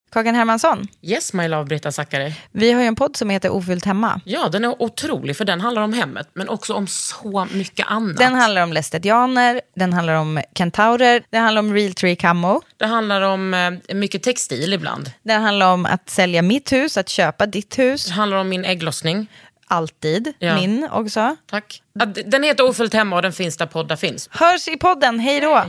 Kakan Hermansson. Yes, my love, Britta Zackari. Vi har ju en podd som heter Ofyllt hemma. Ja, den är otrolig för den handlar om hemmet, men också om så mycket annat. Den handlar om lästetianer, den handlar om kentaurer, den handlar om Realtree Camo. Det handlar om mycket textil ibland. Den handlar om att sälja mitt hus, att köpa ditt hus. Det handlar om min ägglossning. Alltid, min också. Tack. Den heter Ofyllt hemma och den finns där poddar finns. Hörs i podden, hej då!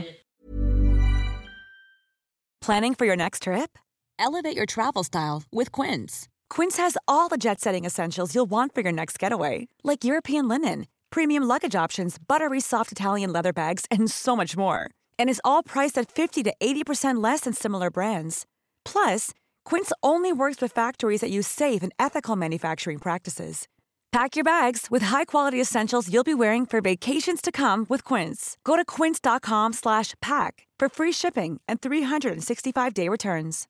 Planning for your next trip? Elevate your travel style with Quince. Quince has all the jet-setting essentials you'll want for your next getaway, like European linen, premium luggage options, buttery soft Italian leather bags, and so much more. And is all priced at 50 to 80% less than similar brands. Plus, Quince only works with factories that use safe and ethical manufacturing practices. Pack your bags with high-quality essentials you'll be wearing for vacations to come with Quince. Go to quince.com/pack for free shipping and 365-day returns.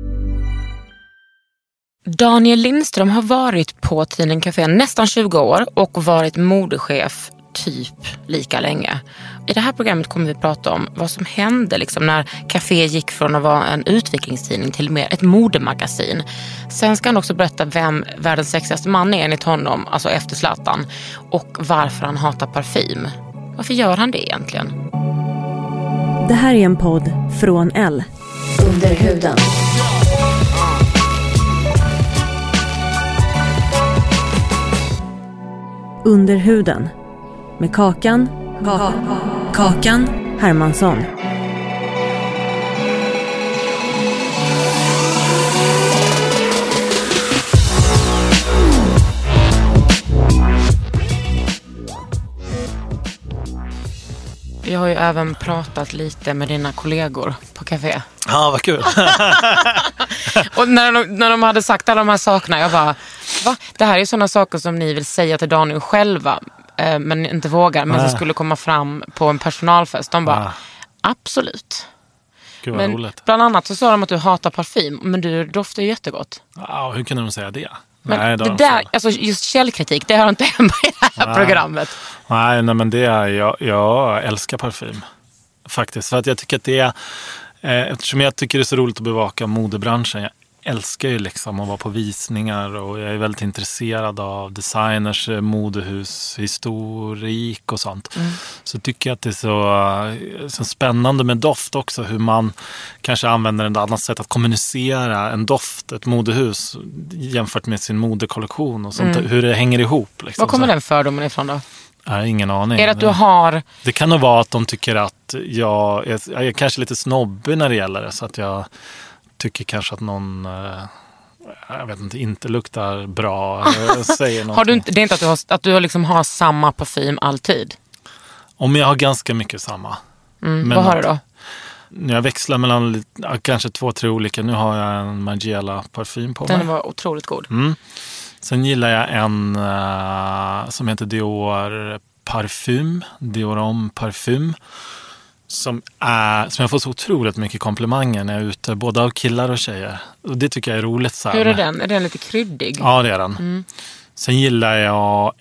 Daniel Lindström har varit på Tidningen Café nästan 20 år och varit modechef typ lika länge. I det här programmet kommer vi prata om vad som hände liksom när Café gick från att vara en utvecklingstidning till mer ett modemagasin. Sen ska han också berätta vem världens sexigaste man är enligt honom, alltså efter Zlatan, och varför han hatar parfym. Varför gör han det egentligen? Det här är en podd från L. Under huden. Under huden. Med Kakan Hermansson. Jag har ju även pratat lite med dina kollegor på Café. Ja, vad kul. Och när de hade sagt alla de här sakerna, jag bara, va? Det här är sådana saker som ni vill säga till Daniel själva, men inte vågar, men det skulle komma fram på en personalfest. De bara, absolut. Gud vad roligt. Bland annat så sa de att du hatar parfym, men du doftar ju jättegott. Ja, hur kunde de säga det? Men Nej, det där, alltså just källkritik, det har inte hemma i det här programmet. Nej, men det är, jag älskar parfym. Faktiskt, för att jag tycker att det är, eftersom jag tycker det är så roligt att bevaka modebranschen, jag älskar ju liksom att vara på visningar och jag är väldigt intresserad av designers modehus, historik och sånt. Så tycker jag att det är så spännande med doft också, hur man kanske använder ett annat sätt att kommunicera en doft, ett modehus jämfört med sin modekollektion och sånt, hur det hänger ihop. Liksom. Var kommer den fördomen ifrån då? Jag har ingen aning. Är det att du har... Det kan nog vara att de tycker att jag är kanske lite snobbig när det gäller det, så att jag tycker kanske att någon, jag vet inte luktar bra. Säger har du inte, det är inte att du liksom har samma parfym alltid? Om jag har ganska mycket samma. Men vad har du då? När jag växlar mellan kanske 2-3 olika. Nu har jag en Margiela parfym på mig. Den var otroligt god. Sen gillar jag en som heter Dior Parfum. Diorom Parfum. Som jag får så otroligt mycket komplimanger när jag är ute, både av killar och tjejer. Och det tycker jag är roligt. Så här. Hur är den? Är den lite kryddig? Ja, det är den. Sen gillar jag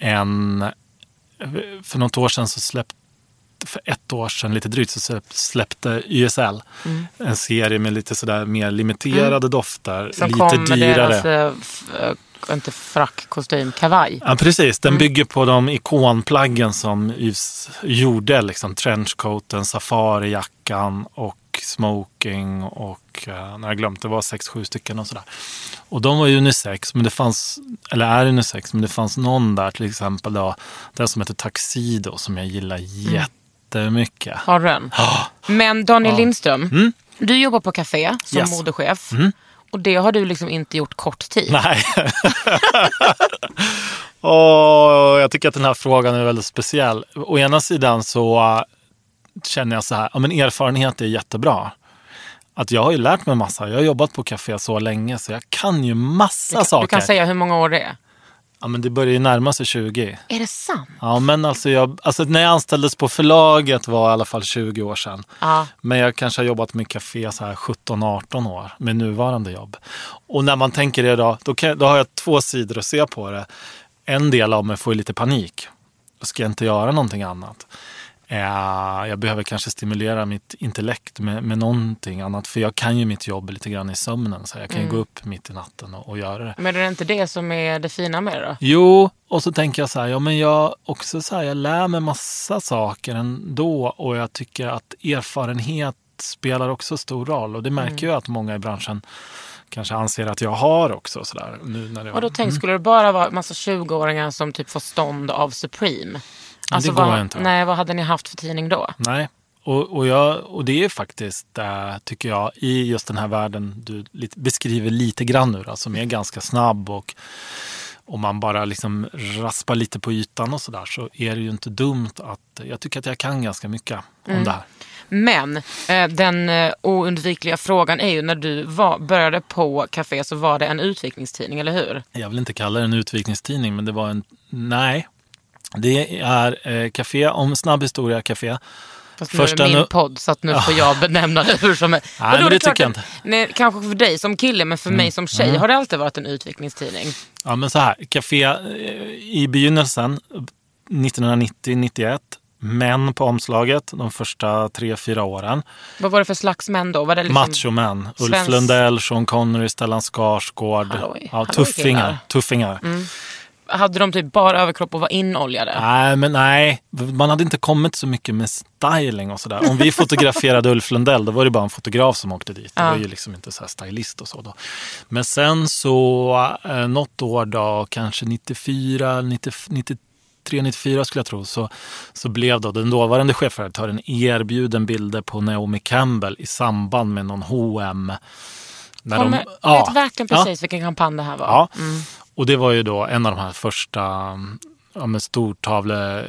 för något år sedan för 1 år sedan lite drygt så släppte YSL en serie med lite sådär mer limiterade dofter. Som lite kom med dyrare. Deras, inte frack, kostym, kavaj. Ja, precis. Den bygger på de ikonplaggen som gjorde liksom trenchcoaten, safarijackan och smoking och när jag glömt, det var 6-7 stycken och sådär. Och de var ju unisex, men det fanns, eller är unisex, men det fanns någon där till exempel då, den som heter Tuxedo som jag gillar jättemycket. Har du den? Ja. Men Daniel Lindström, du jobbar på Café som modechef. Och det har du liksom inte gjort kort tid. Nej. Jag tycker att den här frågan är väldigt speciell. Å ena sidan så känner jag så här, ja, men erfarenhet är jättebra. Att jag har ju lärt mig massa. Jag har jobbat på Café så länge så jag kan ju massa saker. Du kan säga hur många år det är. Ja, men det börjar ju närma sig 20. Är det sant? Ja, men alltså när jag anställdes på förlaget var i alla fall 20 år sedan. Men jag kanske har jobbat med Café så här 17-18 år med nuvarande jobb. Och när man tänker det då har jag 2 sidor att se på det. En del av mig får ju lite panik. Då ska jag inte göra någonting annat. Jag behöver kanske stimulera mitt intellekt med någonting annat. För jag kan ju mitt jobb lite grann i sömnen. Så jag kan ju gå upp mitt i natten och göra det. Men är det inte det som är det fina med det då? Jo, och så tänker jag så här, men jag lär mig massa saker ändå. Och jag tycker att erfarenhet spelar också stor roll. Och det märker jag att många i branschen kanske anser att jag har också. Sådär, nu när det och då skulle det bara vara en massa 20-åringar som typ får stånd av Supreme? Alltså, det går inte. Nej, vad hade ni haft för tidning då? Nej, och det är faktiskt, tycker jag, i just den här världen du beskriver lite grann nu, som är ganska snabb och man bara liksom raspar lite på ytan och sådär, så är det ju inte dumt att jag tycker att jag kan ganska mycket om det här. Men den oundvikliga frågan är ju, när du började på Café så var det en utvikningstidning, eller hur? Jag vill inte kalla det en utvikningstidning, men det var nej. Det är Café, om snabb historia Café. Fast nu är det min podd, så att nu får jag benämna det hur som är. Nej, men det tycker jag inte. Nej, kanske för dig som kille, men för mig som tjej har det alltid varit en utvikningstidning. Ja, men så här, Café i begynnelsen 1990-91, män på omslaget de första 3-4 åren. Vad var det för slags män då? Var det liksom machomän. Ulf Lundell, Sean Connery, Stellan Skarsgård. Tuffingar. Hade de typ bara överkropp och var inoljade? Nej. Man hade inte kommit så mycket med styling och sådär. Om vi fotograferade Ulf Lundell, då var det bara en fotograf som åkte dit. Det var ju liksom inte så här stylist och så då. Men sen så något år då, kanske 93-94 skulle jag tro, så blev då den dåvarande chefredaktören erbjuden bilder på Naomi Campbell i samband med någon H&M. Jag vet verkligen precis vilken kampanj det här var. Ja. Och det var ju då en av de här första med stortavle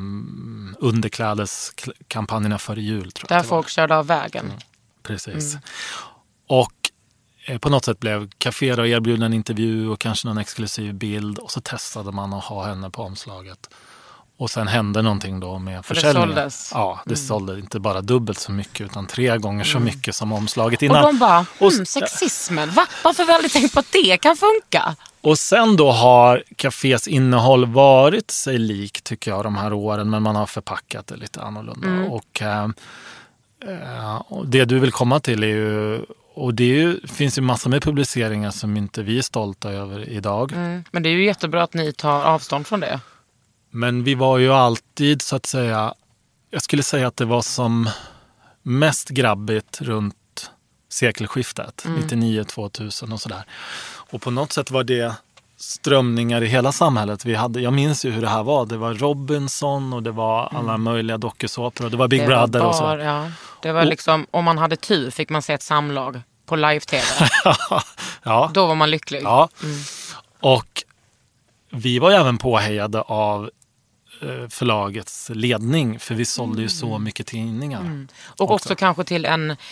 underklädeskampanjerna före jul. Tror jag. Där folk körde av vägen. Precis. Och på något sätt blev Café och erbjuden en intervju och kanske någon exklusiv bild. Och så testade man att ha henne på omslaget. Och sen hände någonting då med försäljningen. Det såldes. Ja, det sålde inte bara dubbelt så mycket utan 3 gånger så mycket som omslaget innan. Och de bara, sexismen. Varför har vi aldrig tänkt på att det kan funka? Och sen då har Cafés innehåll varit sig lik, tycker jag, de här åren. Men man har förpackat det lite annorlunda. Och det du vill komma till är ju... Och finns ju massor med publiceringar som inte vi är stolta över idag. Men det är ju jättebra att ni tar avstånd från det. Men vi var ju alltid, så att säga... Jag skulle säga att det var som mest grabbigt runt sekelskiftet. 99-2000 och sådär. Och på något sätt var det strömningar i hela samhället. Jag minns ju hur det här var. Det var Robinson och det var alla möjliga dokusåpor och det var Big Brother och så. Ja. Det var liksom, om man hade tur fick man se ett samlag på live-tv. Ja. Då var man lycklig. Ja. Och vi var ju även påhejade av förlagets ledning, för vi sålde ju så mycket tidningar. Och också kanske till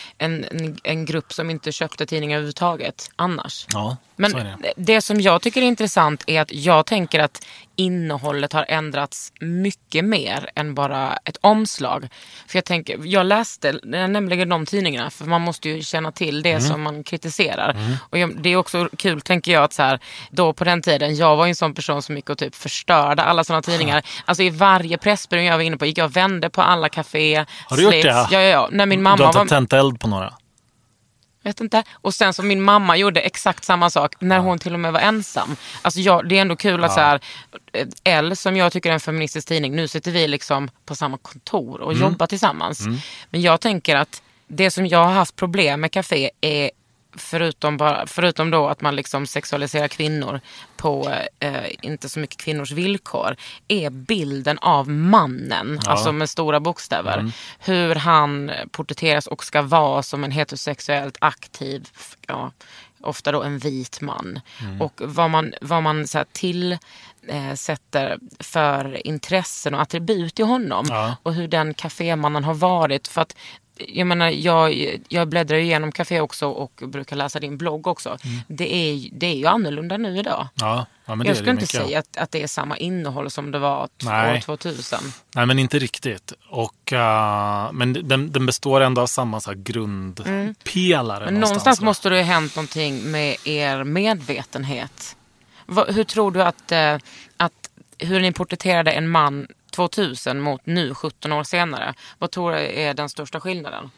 en grupp som inte köpte tidningar överhuvudtaget annars. Ja, men så är det som jag tycker är intressant är att jag tänker att innehållet har ändrats mycket mer än bara ett omslag. För jag läste nämligen de tidningarna, för man måste ju känna till det som man kritiserar. Och det är också kul, tänker jag, att så här, då på den tiden, jag var en sån person som gick och typ förstörde alla sådana tidningar. Alltså i varje pressbyrå jag var inne på gick jag och vände på alla café. Har du gjort det? Ja. När min mamma du har inte tänt eld på några? Vet inte. Och sen så min mamma gjorde exakt samma sak när hon till och med var ensam. Alltså det är ändå kul att så här, L, som jag tycker är en feministisk tidning, nu sitter vi liksom på samma kontor och jobbar tillsammans. Men jag tänker att det som jag har haft problem med Café är, förutom då att man liksom sexualiserar kvinnor på inte så mycket kvinnors villkor, är bilden av mannen, alltså med stora bokstäver. Hur han porträtteras och ska vara som en heterosexuellt aktiv, ofta då en vit man. Och vad man så här tillsätter för intressen och attribut i honom. Och hur den kafémannen har varit. För att jag menar, jag bläddrar ju igenom Café också och brukar läsa din blogg också. Det är ju annorlunda nu idag. Ja, men jag skulle inte säga att det är samma innehåll som det var år 2000. Nej, men inte riktigt. Och, men den består ändå av samma så här grundpelare. Men någonstans måste det ha hänt någonting med er medvetenhet. Hur tror du att hur ni porträtterade en man 2000 mot nu 17 år senare. Vad tror du är den största skillnaden?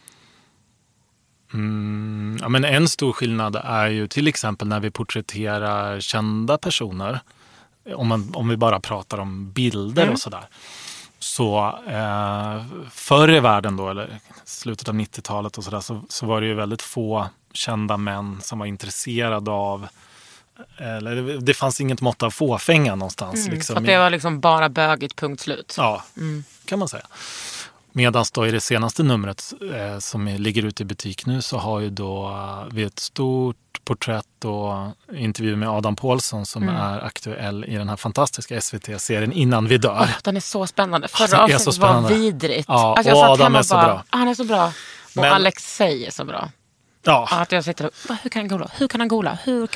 Ja, men en stor skillnad är ju till exempel när vi porträtterar kända personer. Om vi bara pratar om bilder och sådär. Så förr i världen då, eller slutet av 90-talet och sådär, så var det ju väldigt få kända män som var intresserade av, eller det fanns inget mått av fåfänga någonstans. Liksom. För att det var liksom bara bögigt, punkt slut. Ja, kan man säga. Medan då i det senaste numret som ligger ute i butik nu, så har ju då vi ett stort porträtt och intervju med Adam Pålsson som är aktuell i den här fantastiska SVT-serien Innan vi dör. Den är så spännande. Förra avsnittet var vidrigt. Ja, alltså, och Adam är så bra. Han är så bra. Och Alexej är så bra. Ja. Att jag sitter och, hur kan han gola?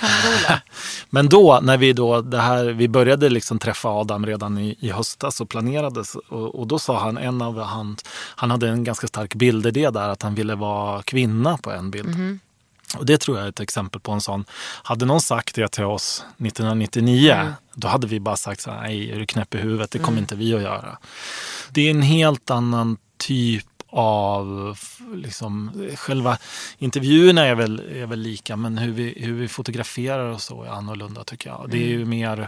Men då, när vi började liksom träffa Adam redan i höstas och planerades, och då sa han, han hade en ganska stark bildidé där, att han ville vara kvinna på en bild. Och det tror jag är ett exempel på en sån. Hade någon sagt det till oss 1999, då hade vi bara sagt så här: nej, är du knäpp i huvudet? Det kommer inte vi att göra. Det är en helt annan typ av liksom, själva intervjuerna är väl lika, men hur vi fotograferar och så är annorlunda, tycker jag. Det är ju mer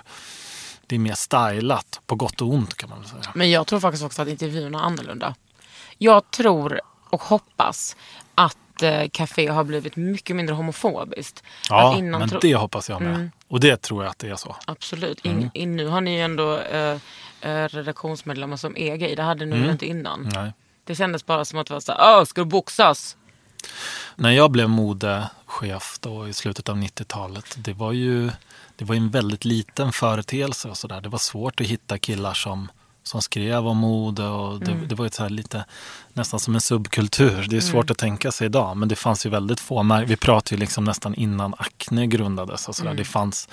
stylat, på gott och ont, kan man väl säga. Men jag tror faktiskt också att intervjuerna är annorlunda. Jag tror och hoppas att Café har blivit mycket mindre homofobiskt. Ja, men det hoppas jag med. Och det tror jag att det är så. Absolut. Nu har ni ju ändå redaktionsmedlemmar som är gay. Det hade ni inte innan. Nej. Det kändes bara som att det var så här: ska du boxas? När jag blev modechef då i slutet av 90-talet, det var ju en väldigt liten företeelse och sådär. Det var svårt att hitta killar som skrev om mode, och det var ett så här lite nästan som en subkultur. Det är svårt att tänka sig idag, men det fanns ju väldigt få. Vi pratar ju liksom nästan innan Acne grundades och sådär. Det fanns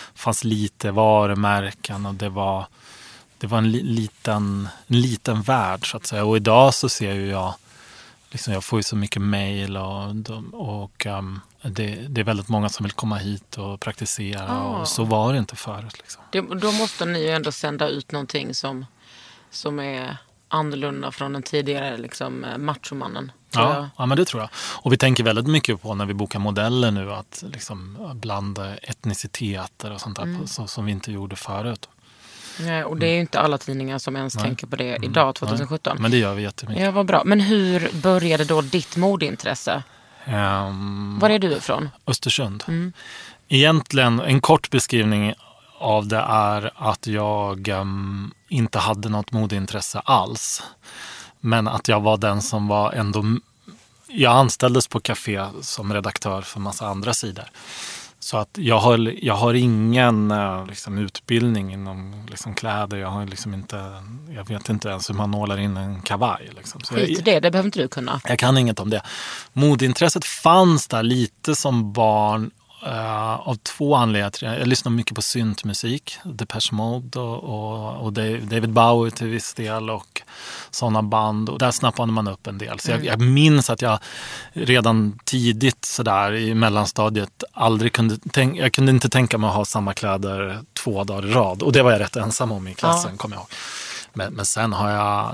lite varumärken, och det var en liten värld, så att säga. Och idag så ser ju jag liksom, jag får ju så mycket mejl och det är väldigt många som vill komma hit och praktisera, och så var det inte förut liksom. Då måste ni ju ändå sända ut någonting som är annorlunda från den tidigare liksom machomannen. Ja, men det tror jag. Och vi tänker väldigt mycket på när vi bokar modeller nu, att liksom blanda etniciteter och sånt där som vi inte gjorde förut. Nej, och det är ju inte alla tidningar som ens tänker på det idag, 2017. Nej, men det gör vi jättemycket. Ja, vad bra. Men hur började då ditt modeintresse? Var är du ifrån? Östersund. Egentligen, en kort beskrivning av det är att jag inte hade något modeintresse alls. Men att jag var den som var ändå... Jag anställdes på Café som redaktör för massa andra sidor. Så att jag har ingen liksom, utbildning inom liksom, kläder. Jag vet inte ens hur man nålar in en kavaj. Liksom. Så det behöver inte du kunna. Jag kan inget om det. Modintresset fanns där lite som barn av två anledningar. Jag lyssnade mycket på syntmusik, Depeche Mode och David Bowie till viss del, och sådana band. Och där snappade man upp en del. Så jag minns att jag redan tidigt sådär i mellanstadiet aldrig jag kunde inte tänka mig att ha samma kläder 2 dagar i rad. Och det var jag rätt ensam om i klassen, kommer jag ihåg. Men sen har jag...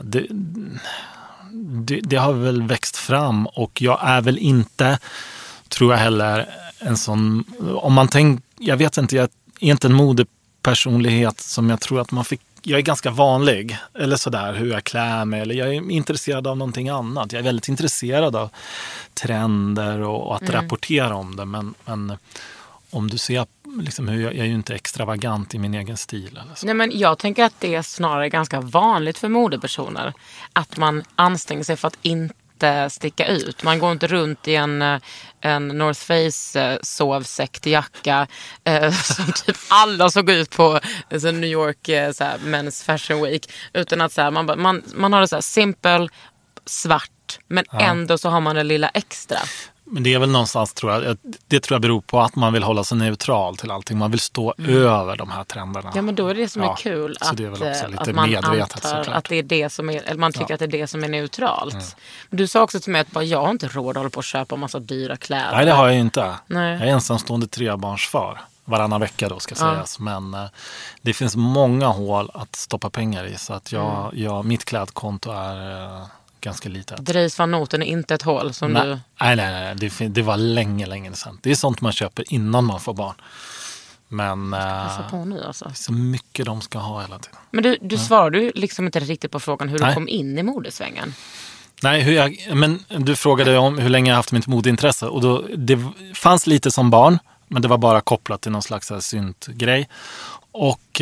Det har väl växt fram, och jag är väl inte, tror jag heller, en sån... jag vet inte, jag är inte en modepersonlighet som jag tror att man fick... Jag är ganska vanlig, eller sådär, hur jag klär mig, eller jag är intresserad av någonting annat. Jag är väldigt intresserad av trender och att rapportera om det, men om du ser liksom hur jag är ju inte extravagant i min egen stil. Eller så. Nej, men jag tänker att det är snarare ganska vanligt för modepersoner att man anstränger sig för att inte sticka ut. Man går inte runt i en North Face sovsäckjacka som typ alla såg ut på New York Men's Fashion Week, utan att så här, man har det så här simpel, svart, men ändå så har man det lilla extra. Men det är väl någonstans, det tror jag beror på att man vill hålla sig neutral till allting. Man vill stå över de här trenderna. Ja, men då är det som är kul att, det är väl också lite att man medvetet, antar att det är det som är, eller man tycker att det är det som är neutralt. Men du sa också till mig att jag har inte råd att hålla på och köpa en massa dyra kläder. Nej, det har jag ju inte. Nej. Jag är ensamstående 3-barnsfar. varannan vecka då ska sägas. Men det finns många hål att stoppa pengar i. Så att mitt klädkonto är ganska litet. Dries van Noten är inte ett hål som du... Nej. Det var länge sedan. Det är sånt man köper innan man får barn. Men passa på nu alltså. Det är så mycket de ska ha hela tiden. Men du svarade ju liksom inte riktigt på frågan hur du kom in i modesvängen. Nej, men du frågade om hur länge jag haft mitt modeintresse. Och då, det fanns lite som barn, men det var bara kopplat till någon slags syntgrej. Och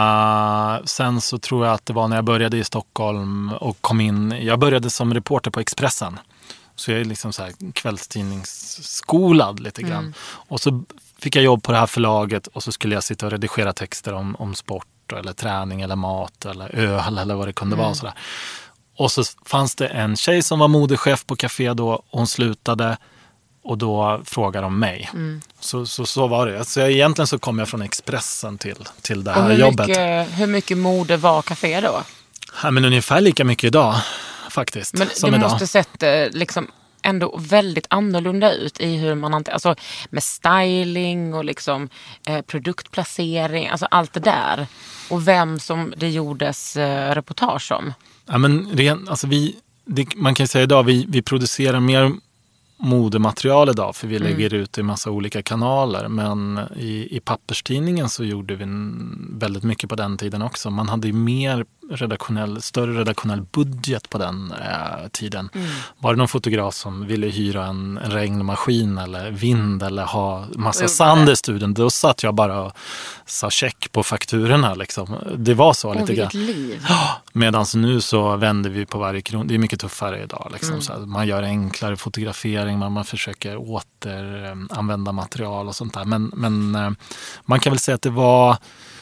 sen så tror jag att det var när jag började i Stockholm och kom in. Jag började som reporter på Expressen. Så jag är liksom så här kvällstidningsskolad lite grann. Och så fick jag jobb på det här förlaget och så skulle jag sitta och redigera texter om sport eller träning eller mat eller öl eller vad det kunde vara. Sådär. Och så fanns det en tjej som var modechef på café då. Och hon slutade och då frågade de mig. Så var det. Så egentligen så kom jag från Expressen till det här jobbet. Hur mycket mode var café då? Ja, men ungefär lika mycket idag faktiskt. Men som det idag. måste sett liksom ändå väldigt annorlunda ut i hur man alltså med styling och liksom produktplacering, alltså allt det där. Och vem som det gjordes reportage om. Ja, men alltså man kan säga idag vi producerar mer modematerial idag för vi lägger ut i massa olika kanaler, men i papperstidningen så gjorde vi väldigt mycket på den tiden också. Man hade ju mer större redaktionell budget på den tiden. Var det någon fotograf som ville hyra en regnmaskin eller vind eller ha massa sand i studion, då satt jag bara och sa check på fakturorna liksom. Det var så lite grann. Liv. Medan nu så vänder vi på varje krona. Det är mycket tuffare idag liksom. Så man gör enklare fotografering, man försöker återanvända material och sånt där. Men man kan väl säga att det var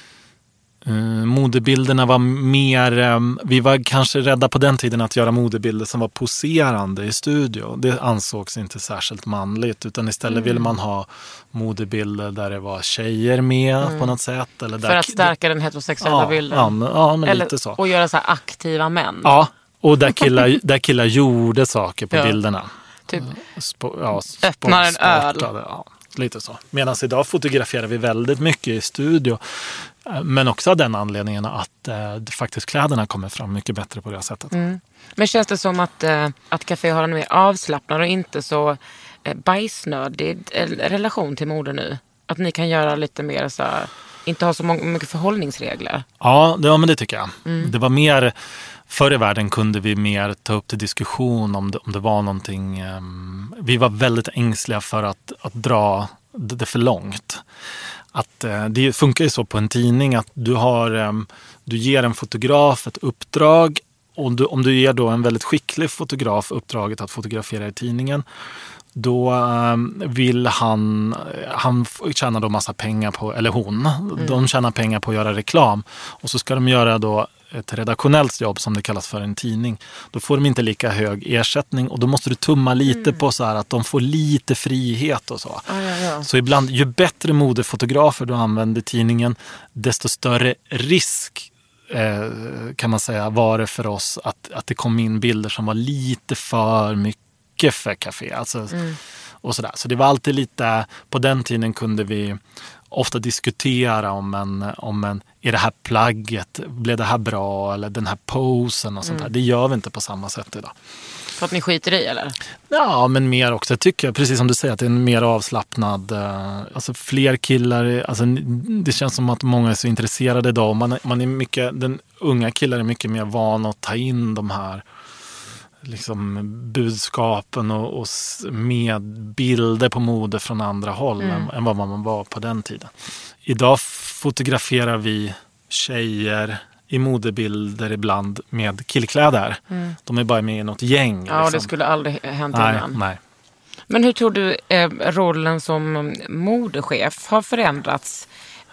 modebilderna var mer, vi var kanske rädda på den tiden att göra modebilder som var poserande i studio. Det ansågs inte särskilt manligt, utan istället ville man ha modebilder där det var tjejer med på något sätt. Eller för att stärka den heterosexuella bilden. Ja, men eller, lite så. Och göra så här aktiva män. Ja, och där killar gjorde saker på bilderna. Typ öppnar en öl. Ja, lite så. Medan idag fotograferar vi väldigt mycket i studio. Men också av den anledningen att faktiskt kläderna kommer fram mycket bättre på det här sättet. Men känns det som att café har en mer avslappnad och inte så bajsnödig relation till mode nu? Att ni kan göra lite mer så här, inte ha så mycket förhållningsregler? Ja, men det tycker jag. Det var mer... Förr i världen kunde vi mer ta upp till diskussion om det var någonting... vi var väldigt ängsliga för att dra det för långt. Att det funkar ju så på en tidning att du ger en fotograf ett uppdrag, och om du ger då en väldigt skicklig fotograf uppdraget att fotografera i tidningen, då vill han tjänar då massa pengar på, eller de tjänar pengar på att göra reklam, och så ska de göra då ett redaktionellt jobb som det kallas för en tidning. Då får de inte lika hög ersättning, och då måste du tumma lite på så här att de får lite frihet och så. Ja. Så ibland, ju bättre modefotografer du använder tidningen, desto större risk kan man säga var det för oss att det kom in bilder som var lite för mycket för café. Alltså, och sådär. Så det var alltid lite, på den tiden kunde vi ofta diskutera om är det här plagget, blev det här bra, eller den här posen och sånt där. Det gör vi inte på samma sätt idag. För att ni skiter i, eller? Ja, men mer också, tycker jag, precis som du säger, att det är en mer avslappnad, alltså fler killar, alltså det känns som att många är så intresserade idag. Man är mycket, den unga killar är mycket mer van att ta in de här liksom budskapen och med bilder på mode från andra håll än vad man var på den tiden. Idag fotograferar vi tjejer i modebilder ibland med killkläder. De är bara med i något gäng. Ja, liksom. Det skulle aldrig hänt innan. Nej. Men hur tror du rollen som modechef har förändrats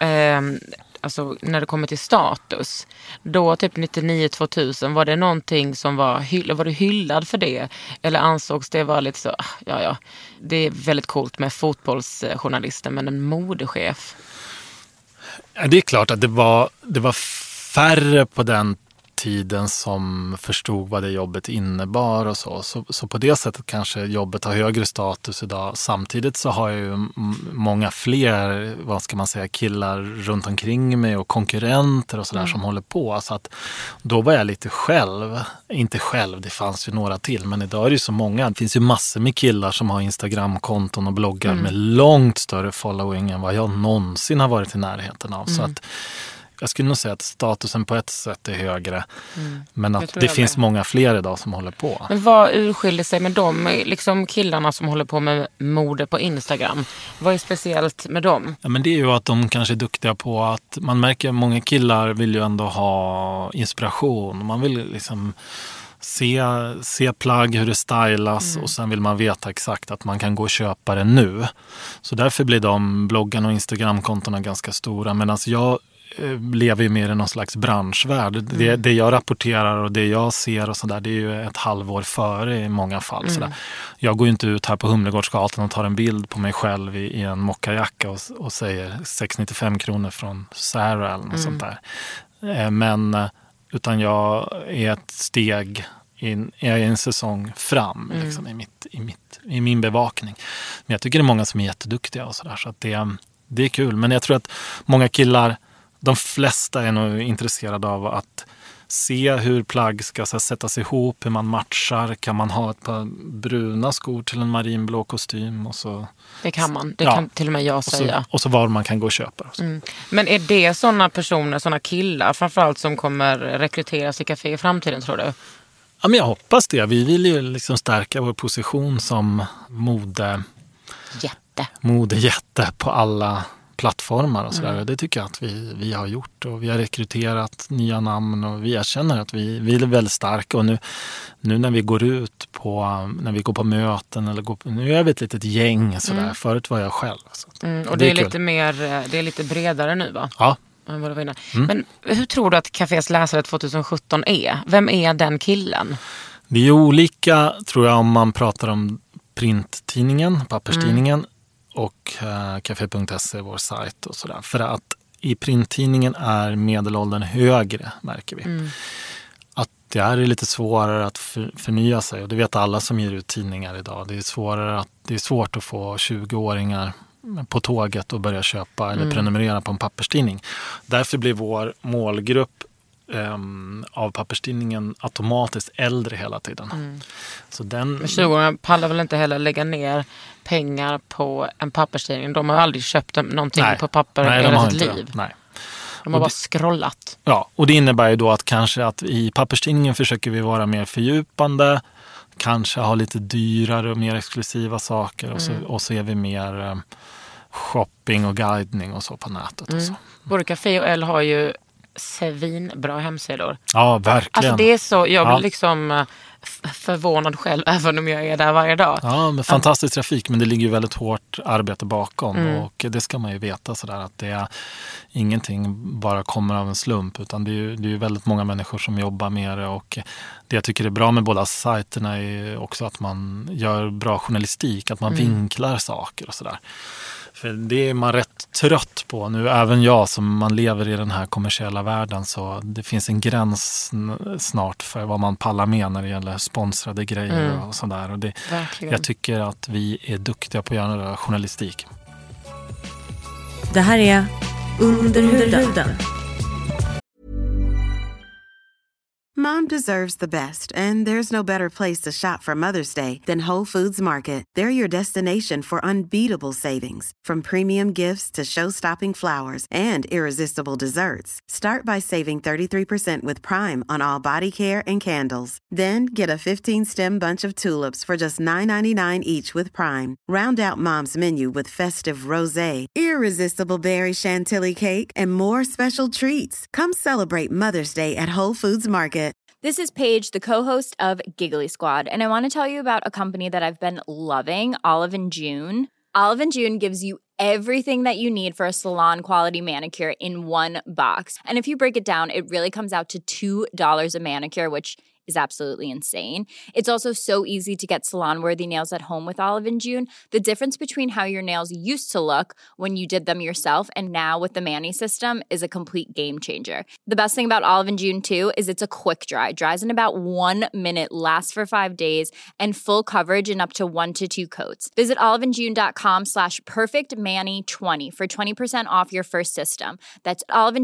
alltså när det kommer till status? Då typ 99-2000, var det någonting som var du hyllad för det? Eller ansågs det vara lite så, ja, det är väldigt coolt med fotbollsjournalister, men en modechef? Ja, det är klart att det var färre på den tiden som förstod vad det jobbet innebar och så på det sättet kanske jobbet har högre status idag. Samtidigt så har jag ju många fler, vad ska man säga, killar runt omkring mig och konkurrenter och sådär som håller på. Så att då var jag lite inte själv, det fanns ju några till, men idag är det ju så många. Det finns ju massor med killar som har Instagram-konton och bloggar med långt större following än vad jag någonsin har varit i närheten av. Så att jag skulle nog säga att statusen på ett sätt är högre. Men att det finns många fler idag som håller på. Men vad urskiljer sig med de liksom killarna som håller på med mode på Instagram? Vad är speciellt med dem? Ja, men det är ju att de kanske är duktiga på att man märker att många killar vill ju ändå ha inspiration. Man vill liksom se plagg, hur det stylas och sen vill man veta exakt att man kan gå och köpa det nu. Så därför blir de bloggarna och Instagram-kontona ganska stora. Medan jag lever ju mer i någon slags branschvärld. Det jag rapporterar och det jag ser och sådär, det är ju ett halvår före i många fall. Sådär. Jag går ju inte ut här på Humlegårdsgatan och tar en bild på mig själv i en mockajacka och säger 695 kronor från Sarah eller något sånt där. Utan jag är ett steg jag är en säsong fram liksom, i min bevakning. Men jag tycker det är många som är jätteduktiga och sådär, så att det är kul. Men jag tror att många killar, de flesta är nog intresserade av att se hur plagg ska sättas ihop, hur man matchar. Kan man ha ett par bruna skor till en marinblå kostym? Och så, det kan man. Det kan till och med jag säga. Och så var man kan gå och köpa. Och så. Men är det sådana personer, sådana killar framförallt som kommer rekryteras i café i framtiden, tror du? Ja, men jag hoppas det. Vi vill ju liksom stärka vår position som modejätte på alla plattformar och sådär. Det tycker jag att vi har gjort, och vi har rekryterat nya namn och vi erkänner att vi är väldigt starka, och nu när vi går ut när vi går på möten eller nu är vi ett litet gäng sådär. Förut var jag själv. Så och det är lite mer, det är lite bredare nu, va? Ja. Men hur tror du att Cafés läsare 2017 är? Vem är den killen? Det är olika, tror jag, om man pratar om printtidningen, papperstidningen och Café.se, vår sajt och sådär. För att i printtidningen är medelåldern högre, märker vi. Att det är lite svårare att förnya sig, och det vet alla som ger ut tidningar idag. Det är svårt att få 20-åringar på tåget och börja köpa eller prenumerera på en papperstidning. Därför blir vår målgrupp av papperstidningen automatiskt äldre hela tiden. Så men 20-åringar pallar väl inte heller lägga ner pengar på en papperstidning. De har aldrig köpt någonting på papper i hela sitt liv. Nej. De har bara scrollat. Ja, och det innebär ju då att kanske att i papperstidningen försöker vi vara mer fördjupande, kanske ha lite dyrare och mer exklusiva saker, och så är vi mer shopping och guidning och så på nätet. Och så. Både Café och L har ju svinbra hemsidor. Ja, verkligen. Alltså det är så, jag blir liksom förvånad själv, även om jag är där varje dag. Ja, men fantastisk trafik, men det ligger ju väldigt hårt arbete bakom, och det ska man ju veta sådär, att det är ingenting bara kommer av en slump, utan det är ju väldigt många människor som jobbar med det, och det jag tycker är bra med båda sajterna är också att man gör bra journalistik, att man vinklar saker och sådär. För det är man rätt trött på nu, även jag som man lever i den här kommersiella världen, så det finns en gräns snart för vad man pallar med när det gäller sponsrade grejer och sådär. Och jag tycker att vi är duktiga på att göra journalistik. Det här är Under huden. Mom deserves the best, and there's no better place to shop for Mother's Day than Whole Foods Market. They're your destination for unbeatable savings, from premium gifts to show-stopping flowers and irresistible desserts. Start by saving 33% with Prime on all body care and candles. Then get a 15-stem bunch of tulips for just $9.99 each with Prime. Round out Mom's menu with festive rosé, irresistible berry chantilly cake, and more special treats. Come celebrate Mother's Day at Whole Foods Market. This is Paige, the co-host of Giggly Squad, and I want to tell you about a company that I've been loving, Olive & June. Olive & June gives you everything that you need for a salon-quality manicure in one box. And if you break it down, it really comes out to $2 a manicure, which is absolutely insane. It's also so easy to get salon-worthy nails at home with Olive & June. The difference between how your nails used to look when you did them yourself and now with the Mani system is a complete game changer. The best thing about Olive & June too is it's a quick dry. Dries in about 1 minute, lasts for 5 days, and full coverage in up to 1 to 2 coats. Visit oliveandjune.com/perfectmani20 for 20% off your first system. That's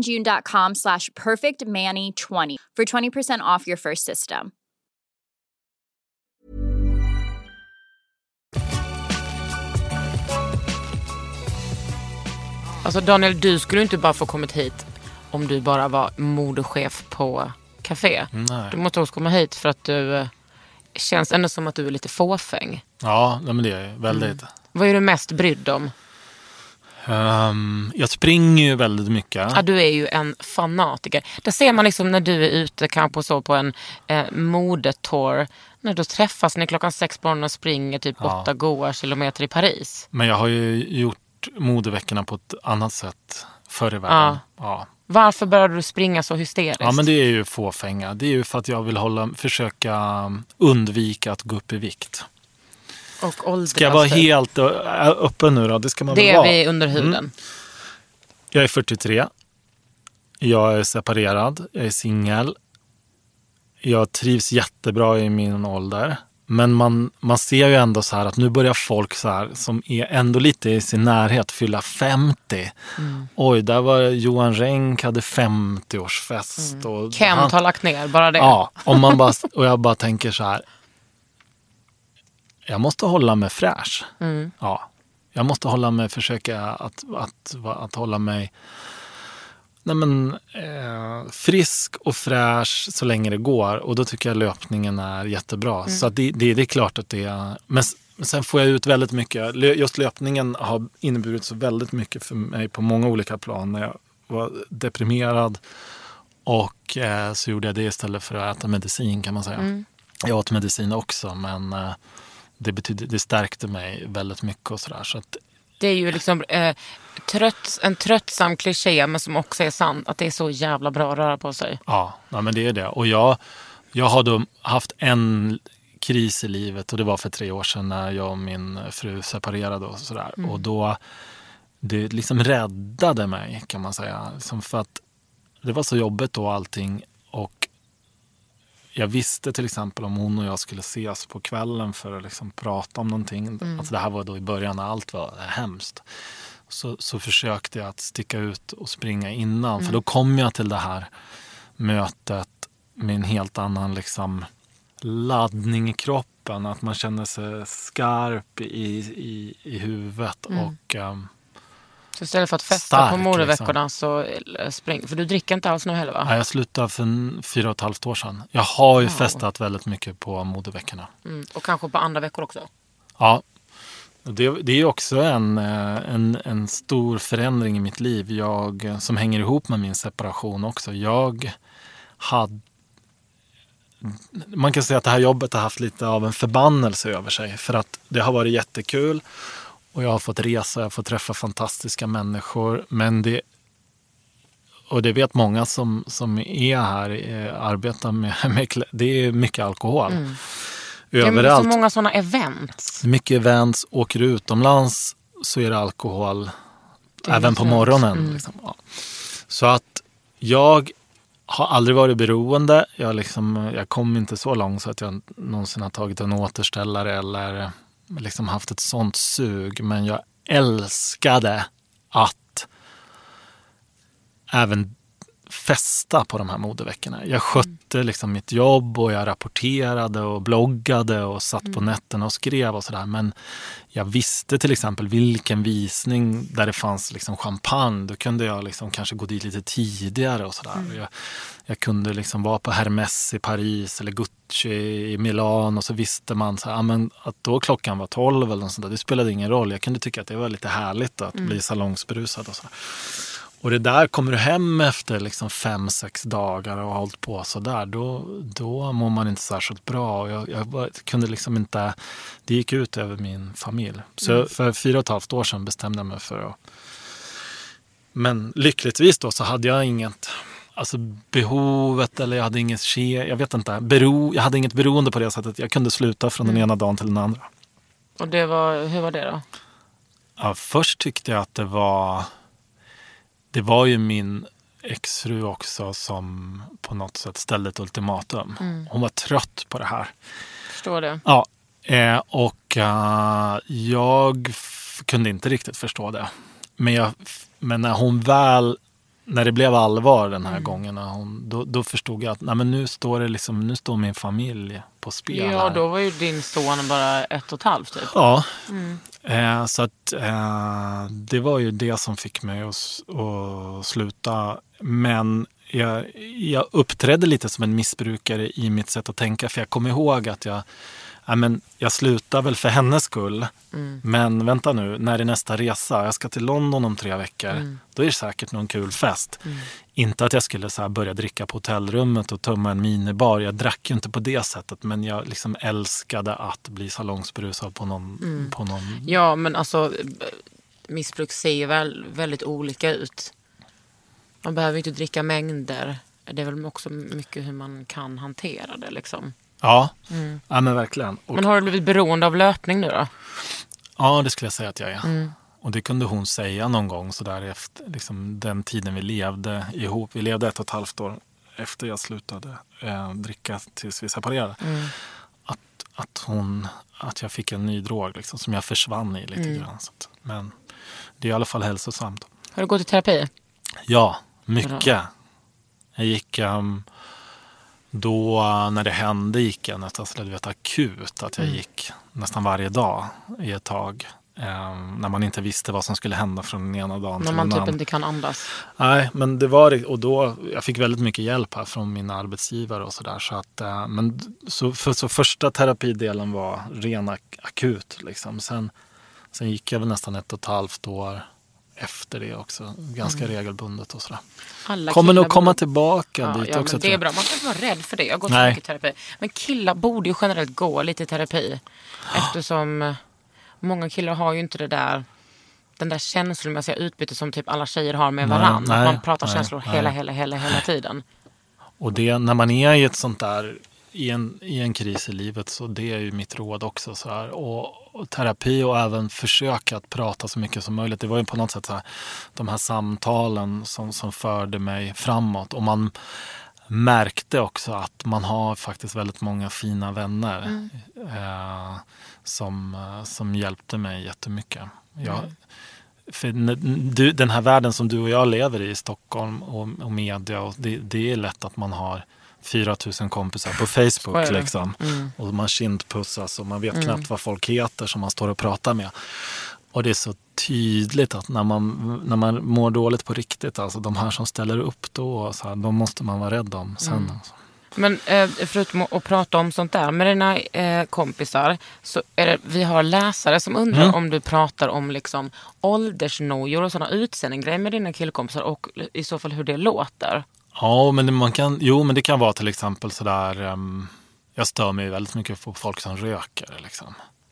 oliveandjune.com/perfectmani20 for 20% off your first system. Alltså Daniel, du skulle inte bara få kommit hit om du bara var modechef på café. Nej. Du måste också komma hit för att du känns ändå som att du är lite fåfäng. Ja, men det är väldigt. Vad är du mest brydd om? Jag springer ju väldigt mycket. Ja, du är ju en fanatiker. Det ser man liksom när du är ute kanske så på en modetour. När du träffas när klockan 6 på morgonen och springer typ 8 goa kilometer i Paris. Men jag har ju gjort modeveckorna på ett annat sätt förr i världen. Ja. Varför började du springa så hysteriskt? Ja, men det är ju fåfänga. Det är ju för att jag vill försöka undvika att gå upp i vikt. Och åldras. Ska jag vara helt öppen nu då? Det ska man väl vara. vara. Det är vi under huden. Jag är 43. Jag är separerad. Jag är singel. Jag trivs jättebra i min ålder. Men man ser ju ändå så här att nu börjar folk så här som är ändå lite i sin närhet fylla 50. Oj, där var Johan Renck hade 50-årsfest. Och Kent har lagt ner, bara det. Ja, och jag bara tänker så här. Jag måste hålla mig fräsch. Ja, jag måste försöka att hålla mig frisk och fräsch så länge det går. Och då tycker jag löpningen är jättebra. Så att det är klart att det är. Men sen får jag ut väldigt mycket. Just löpningen har inneburit så väldigt mycket för mig på många olika plan. När jag var deprimerad och så gjorde jag det istället för att äta medicin, kan man säga. Jag åt medicin också, men det stärkte mig väldigt mycket och sådär. Så att det är ju liksom en tröttsam kliché, men som också är sant, att det är så jävla bra att röra på sig. Ja, men det är det. Och jag har då haft en kris i livet, och det var för 3 år sedan när jag och min fru separerade och sådär. Och då, det liksom räddade mig, kan man säga. Som för att det var så jobbigt då allting, och jag visste till exempel om hon och jag skulle ses på kvällen för att liksom prata om någonting. Alltså det här var då i början när allt var hemskt. Så försökte jag att sticka ut och springa innan. För då kom jag till det här mötet med en helt annan liksom laddning i kroppen. Att man känner sig skarp i huvudet. Och så istället för att festa stark, på modeveckorna liksom, så spring. För du dricker inte alls nu heller, va? Ja, jag slutade för 4,5 år sedan. Jag har ju festat väldigt mycket på modeveckorna. Och kanske på andra veckor också. Ja, det är ju också en stor förändring i mitt liv. Som hänger ihop med min separation också. Man kan säga att det här jobbet har haft lite av en förbannelse över sig. För att det har varit jättekul. Och jag har fått resa, jag har fått träffa fantastiska människor. Men det vet många som är här, arbetar med det är mycket alkohol. Överallt. Det är så många sådana events. Mycket events, åker utomlands så är det alkohol även på morgonen. Liksom. Ja. Så att jag har aldrig varit beroende. Jag kom inte så långt så att jag någonsin har tagit en återställare eller liksom haft ett sånt sug, men jag älskade att även festa på de här modeveckorna. Jag skötte liksom mitt jobb och jag rapporterade och bloggade och satt på nätterna och skrev och sådär, men jag visste till exempel vilken visning där det fanns liksom champagne, då kunde jag liksom kanske gå dit lite tidigare och sådär. Jag kunde liksom vara på Hermès i Paris eller Gucci i Milano, och så visste man så här, att då klockan var 12 eller något sånt där, det spelade ingen roll. Jag kunde tycka att det var lite härligt att bli salongsberusad och så. Och det där, kommer du hem efter liksom 5-6 dagar och har hållit på så där, då mår man inte särskilt bra. Och jag kunde liksom inte, det gick ut över min familj. Så för 4,5 år sedan bestämde jag mig för att, men lyckligtvis då så hade jag inget alltså behovet, eller jag hade inget jag vet inte, jag hade inget beroende på det sättet. Jag kunde sluta från den ena dagen till den andra. Och hur var det då? Ja, först tyckte jag att det var ju min exfru också som på något sätt ställde ett ultimatum. Hon var trött på det här. Förstår det. Ja, och jag kunde inte riktigt förstå det. Men när det blev allvar den här gången, då förstod jag att nu står min familj på spel. Ja, då var ju din son bara 1,5 typ. Ja, så att det var ju det som fick mig att sluta. Men jag uppträdde lite som en missbrukare i mitt sätt att tänka. För jag kommer ihåg att jag slutar väl för hennes skull. Men vänta nu, när är nästa resa? Jag ska till London om 3 veckor. Då är det säkert någon kul fest. Inte att jag skulle så här börja dricka på hotellrummet och tömma en minibar. Jag drack ju inte på det sättet. Men jag liksom älskade att bli salongsberusad på någon. Ja, men alltså missbruk ser ju väldigt olika ut. Man behöver inte dricka mängder. Det är väl också mycket hur man kan hantera det liksom. Ja, ja men verkligen. Men har du blivit beroende av löpning nu då? Ja, det skulle jag säga att jag är. Och det kunde hon säga någon gång så där efter liksom, den tiden vi levde ihop. Vi levde 1,5 år efter jag slutade dricka tills vi separerade. Att jag fick en ny drog liksom, som jag försvann i lite grann. Så att, men det är i alla fall hälsosamt. Har du gått i terapi? Ja, mycket. Jag gick... Då när det hände gick jag nästan akut. Att jag gick nästan varje dag i ett tag. När man inte visste vad som skulle hända från den ena dagen till den andra. När man typ inte kan andas. Nej, men det var... Och då, jag fick väldigt mycket hjälp här från min arbetsgivare och sådär. Så första terapidelen var ren akut. Liksom. Sen gick jag väl nästan 1,5 år efter det också. Ganska regelbundet och sådär. Kommer nog komma tillbaka dit också. Men det är bra. Man kan inte vara rädd för det. Jag har gått så mycket i terapi. Men killar borde ju generellt gå lite i terapi. Eftersom många killar har ju inte den där känslomässiga utbyte som typ alla tjejer har med varandra. Man pratar känslor hela tiden. Och det, när man är i ett sånt där i en kris i livet, så det är ju mitt råd också så här. Och terapi och även försöka att prata så mycket som möjligt. Det var ju på något sätt så här, de här samtalen som förde mig framåt. Och man märkte också att man har faktiskt väldigt många fina vänner som hjälpte mig jättemycket. För den här världen som du och jag lever i Stockholm och media, och det är lätt att man har 4 000 kompisar på Facebook liksom. Och man kindpussas och man vet knappt vad folk heter som man står och pratar med. Och det är så tydligt att när man mår dåligt på riktigt, alltså de här som ställer upp då, så här, de måste man vara rädd om sen. Alltså. Men förutom att prata om sånt där med dina kompisar, så är det, vi har läsare som undrar om du pratar om liksom åldersnojor och sådana utseendegrejer med dina killkompisar, och i så fall hur det låter. Ja, men men det kan vara till exempel sådär, jag stör mig väldigt mycket på folk som röker liksom.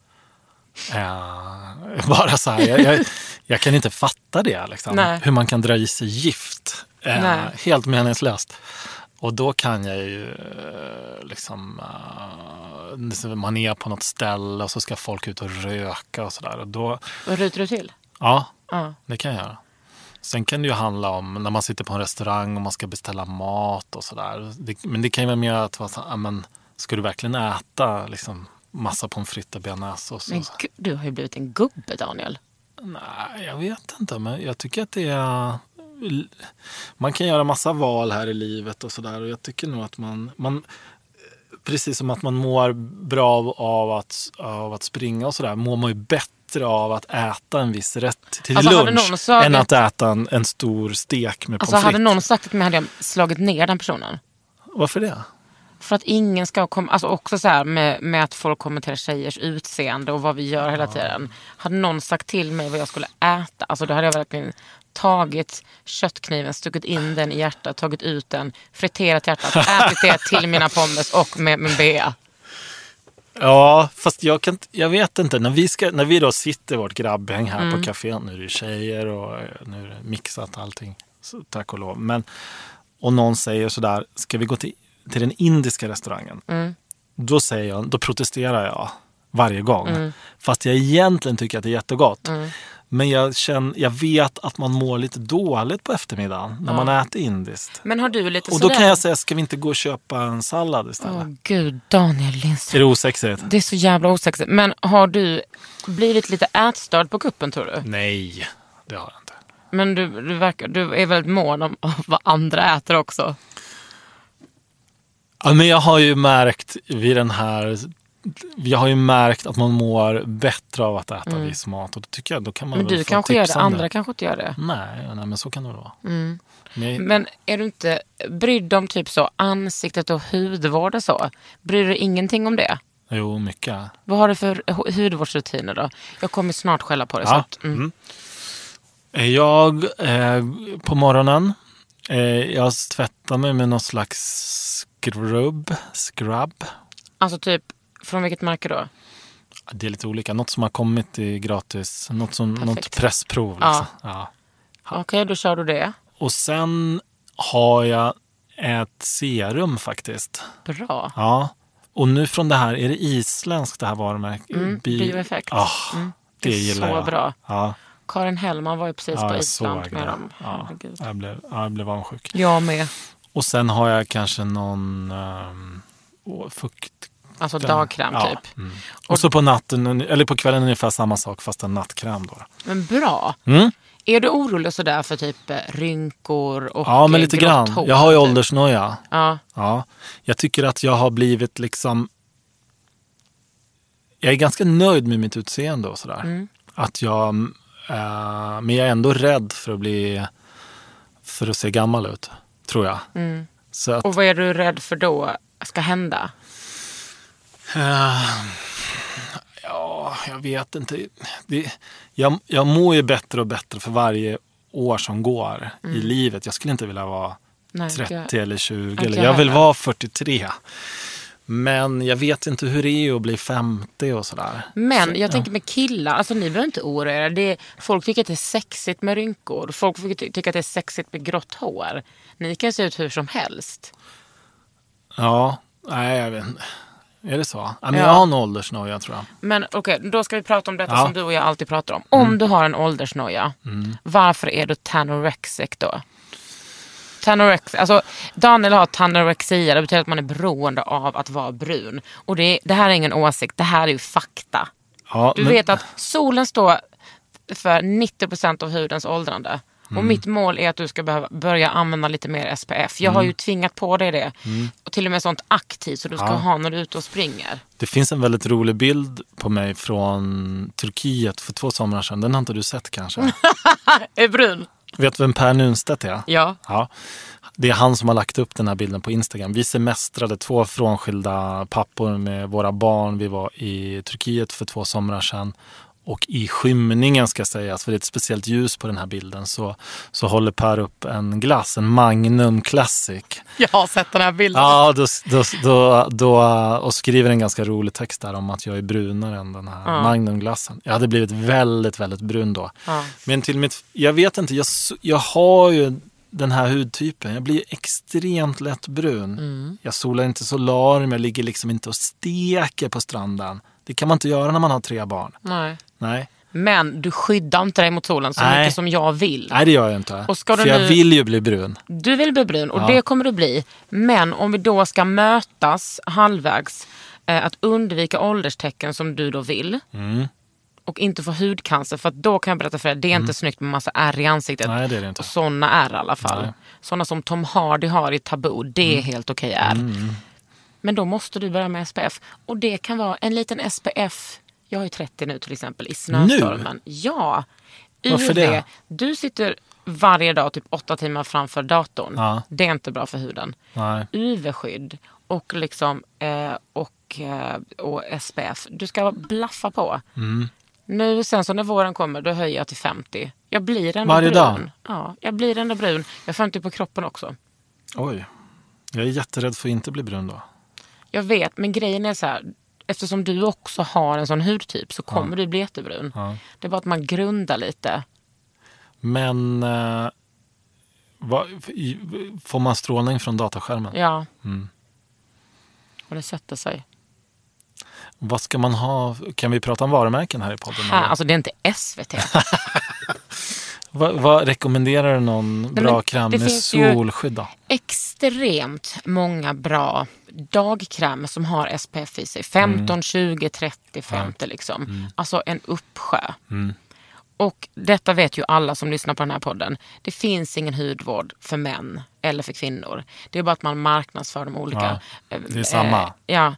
Bara så här, jag kan inte fatta det liksom. Hur man kan dra i sig gift. Helt meningslöst. Och då kan jag ju liksom, man är på något ställe och så ska folk ut och röka och sådär. Och ryter du till? Ja, det kan jag göra. Sen kan det ju handla om när man sitter på en restaurang och man ska beställa mat och sådär. Men det kan ju vara mer att ska du verkligen äta liksom massa pommes frites och bearnaise och så. Men du har ju blivit en gubbe, Daniel. Nej, jag vet inte. Men jag tycker att det är... Man kan göra massa val här i livet och sådär. Och jag tycker nog att man precis som att man mår bra av att springa och sådär, mår man ju bättre av att äta en viss rätt till lunch än att äta en stor stek med pommes frites. Hade någon sagt att mig hade jag slagit ner den personen. Varför det? För att ingen ska komma, alltså också så här med att folk kommenterar tjejers utseende och vad vi gör hela tiden. Hade någon sagt till mig vad jag skulle äta, alltså då hade jag verkligen tagit köttkniven, stuckit in den i hjärtat, tagit ut den, friterat hjärtat, ätit det till mina pommes och med min bea. Ja, fast jag vet inte. När vi då sitter vårt grabbhäng här på kafén, nu är det tjejer och nu är det mixat allting, så tack och lov. Men och någon säger sådär, ska vi gå till den indiska restaurangen? Då säger jag, då protesterar jag varje gång. Fast jag egentligen tycker att det är jättegott. Men jag vet att man mår lite dåligt på eftermiddagen när man äter indiskt. Men har du lite och då kan jag säga, ska vi inte gå och köpa en sallad istället? Åh gud, Daniel Lindström. Är det osexigt? Det är så jävla osexigt. Men har du blivit lite ätstörd på kuppen, tror du? Nej, det har jag inte. Men du är väldigt mån om vad andra äter också. Ja, men jag har ju märkt att man mår bättre av att äta viss mat. Och då tycker jag, då kan man men du kanske gör det, andra kanske inte gör det. Nej, men så kan det vara. Men är du inte brydd om typ så ansiktet och hudvård och så? Bryr du ingenting om det? Jo, mycket. Vad har du för hudvårdsrutiner då? Jag kommer snart skälla på det. Så att, Jag på morgonen jag tvättar mig med någon slags scrub. Alltså typ, från vilket märke då? Det är lite olika. Något som har kommit i gratis. Något pressprov. Liksom. Ja. Okej, då kör du det. Och sen har jag ett serum faktiskt. Bra. Ja. Och nu från det här, är det isländskt det här varumärket? Bioeffekt. Det gillar jag. Så bra. Ja. Karin Hellman var ju precis på Island med dem. Ja. Jag blev avundsjuk. Jag med. Och sen har jag kanske någon fukt. Alltså dagkräm typ. Och så på natten, eller på kvällen ungefär samma sak fast en nattkräm då. Men bra. Är du orolig sådär för typ rynkor och ja, men lite grann. hår, jag har ju typ? åldersnoja. Ja. Jag tycker att jag har blivit liksom... Jag är ganska nöjd med mitt utseende och sådär. Att jag... men jag är ändå rädd för att se gammal ut, tror jag. Så att, och vad är du rädd för då ska hända? Ja, jag vet inte. Jag mår ju bättre och bättre för varje år som går i livet. Jag skulle inte vilja vara 30 eller 20. Eller jag vill vara 43. Men jag vet inte hur det är att bli 50 och sådär. Men jag tänker med killar, alltså ni behöver inte oroa er. Folk tycker att det är sexigt med rynkor. Folk tycker att det är sexigt med grått hår. Ni kan se ut hur som helst. Ja, nej jag vet inte. Är det så? Ja, men jag har en åldersnoja, tror jag. Men okej, då ska vi prata om detta som du och jag alltid pratar om. Om du har en åldersnoja, varför är du tanorexic då? Alltså Daniel har tanorexia, det betyder att man är beroende av att vara brun. Och det här är ingen åsikt, det här är ju fakta. Ja, du vet att solen står för 90% av hudens åldrande. Och mitt mål är att du ska börja använda lite mer SPF. Jag har ju tvingat på dig det. Och till och med sånt aktivt så du ska ha när du är ute och springer. Det finns en väldigt rolig bild på mig från Turkiet för 2 somrar sedan. Den har inte du sett kanske? Är brun? Vet du vem Per Nunstedt är? Ja. Det är han som har lagt upp den här bilden på Instagram. Vi semestrade 2 frånskilda pappor med våra barn. Vi var i Turkiet för 2 somrar sedan. Och i skymningen ska sägas, för det är ett speciellt ljus på den här bilden, så håller Per upp en glass, en Magnum Classic. Jag har sett den här bilden. Ja, och skriver en ganska rolig text där om att jag är brunare än den här Magnumglassen. Jag hade blivit väldigt, väldigt brun då. Men jag vet inte, jag har ju den här hudtypen. Jag blir extremt lätt brun. Jag solar inte solar, jag ligger liksom inte och steker på stranden. Det kan man inte göra när man har 3 barn. Nej. Men du skyddar inte dig mot solen så mycket som jag vill. Nej, det gör jag inte. Och för jag vill ju bli brun. Du vill bli brun och det kommer du bli. Men om vi då ska mötas halvvägs, att undvika ålderstecken som du då vill och inte få hudcancer, för att då kan jag berätta för dig, det är inte snyggt med massa ärr i ansiktet. Nej, det är det inte. Och sådana ärr i alla fall. Nej. Sådana som Tom Hardy har i Taboo, det är helt okej ärr. Men då måste du börja med SPF. Och det kan vara en liten SPF. Jag har ju 30 nu till exempel i snöstormen. Nu? Ja. Varför det? Du sitter varje dag typ 8 timmar framför datorn. Det är inte bra för huden. Nej. UV-skydd och liksom och SPF. Du ska blaffa på. Nu sen så när våren kommer, då höjer jag till 50. Jag blir ändå varje brun. Dag? Ja, jag blir ändå brun. Jag får inte på kroppen också. Oj. Jag är jätterädd för att inte bli brun då. Jag vet, men grejen är så här, eftersom du också har en sån hudtyp så kommer du bli jättebrun. Det är bara att man grundar lite. Men Får man strålning från dataskärmen? Ja. Och det sätter sig. Vad ska man ha? Kan vi prata om varumärken här i podden? Alltså det är inte SVT. Vad rekommenderar du någon bra kräm med solskydd då? Extremt många bra dagkrämer som har SPF i sig. 15, 20, 30, 50 liksom. Alltså en uppsjö. Och detta vet ju alla som lyssnar på den här podden. Det finns ingen hudvård för män eller för kvinnor. Det är bara att man marknadsför de olika. Ja, det är samma. Ja,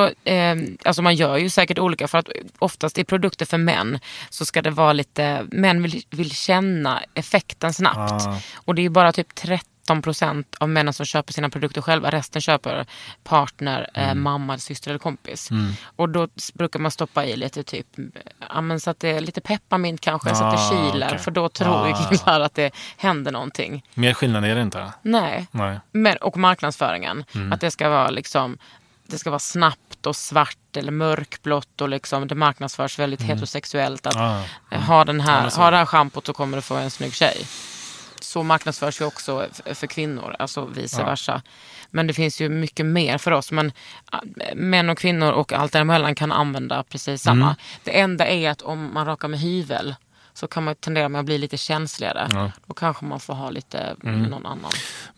alltså man gör ju säkert olika, för att oftast i produkter för män så ska det vara lite, män vill känna effekten snabbt. Och det är ju bara typ 13% av männen som köper sina produkter själva. Resten köper partner, mamma, syster eller kompis. Och då brukar man stoppa i lite typ, så att det är lite pepparmint kanske, så att det kilar. Okay. För då tror ju killar att det händer någonting. Mer skillnad är det inte? Nej. Och marknadsföringen. Att det ska vara liksom, det ska vara snabbt och svart eller mörkblått, och liksom det marknadsförs väldigt heterosexuellt. Att ha det här schampot så kommer du få en snygg tjej. Så marknadsförs ju också för kvinnor, alltså vice versa. Men det finns ju mycket mer för oss. Men män och kvinnor och allt däremellan kan använda precis samma. Det enda är att om man rakar med hyvel så kan man tendera med att bli lite känsligare. Då kanske man får ha lite någon annan.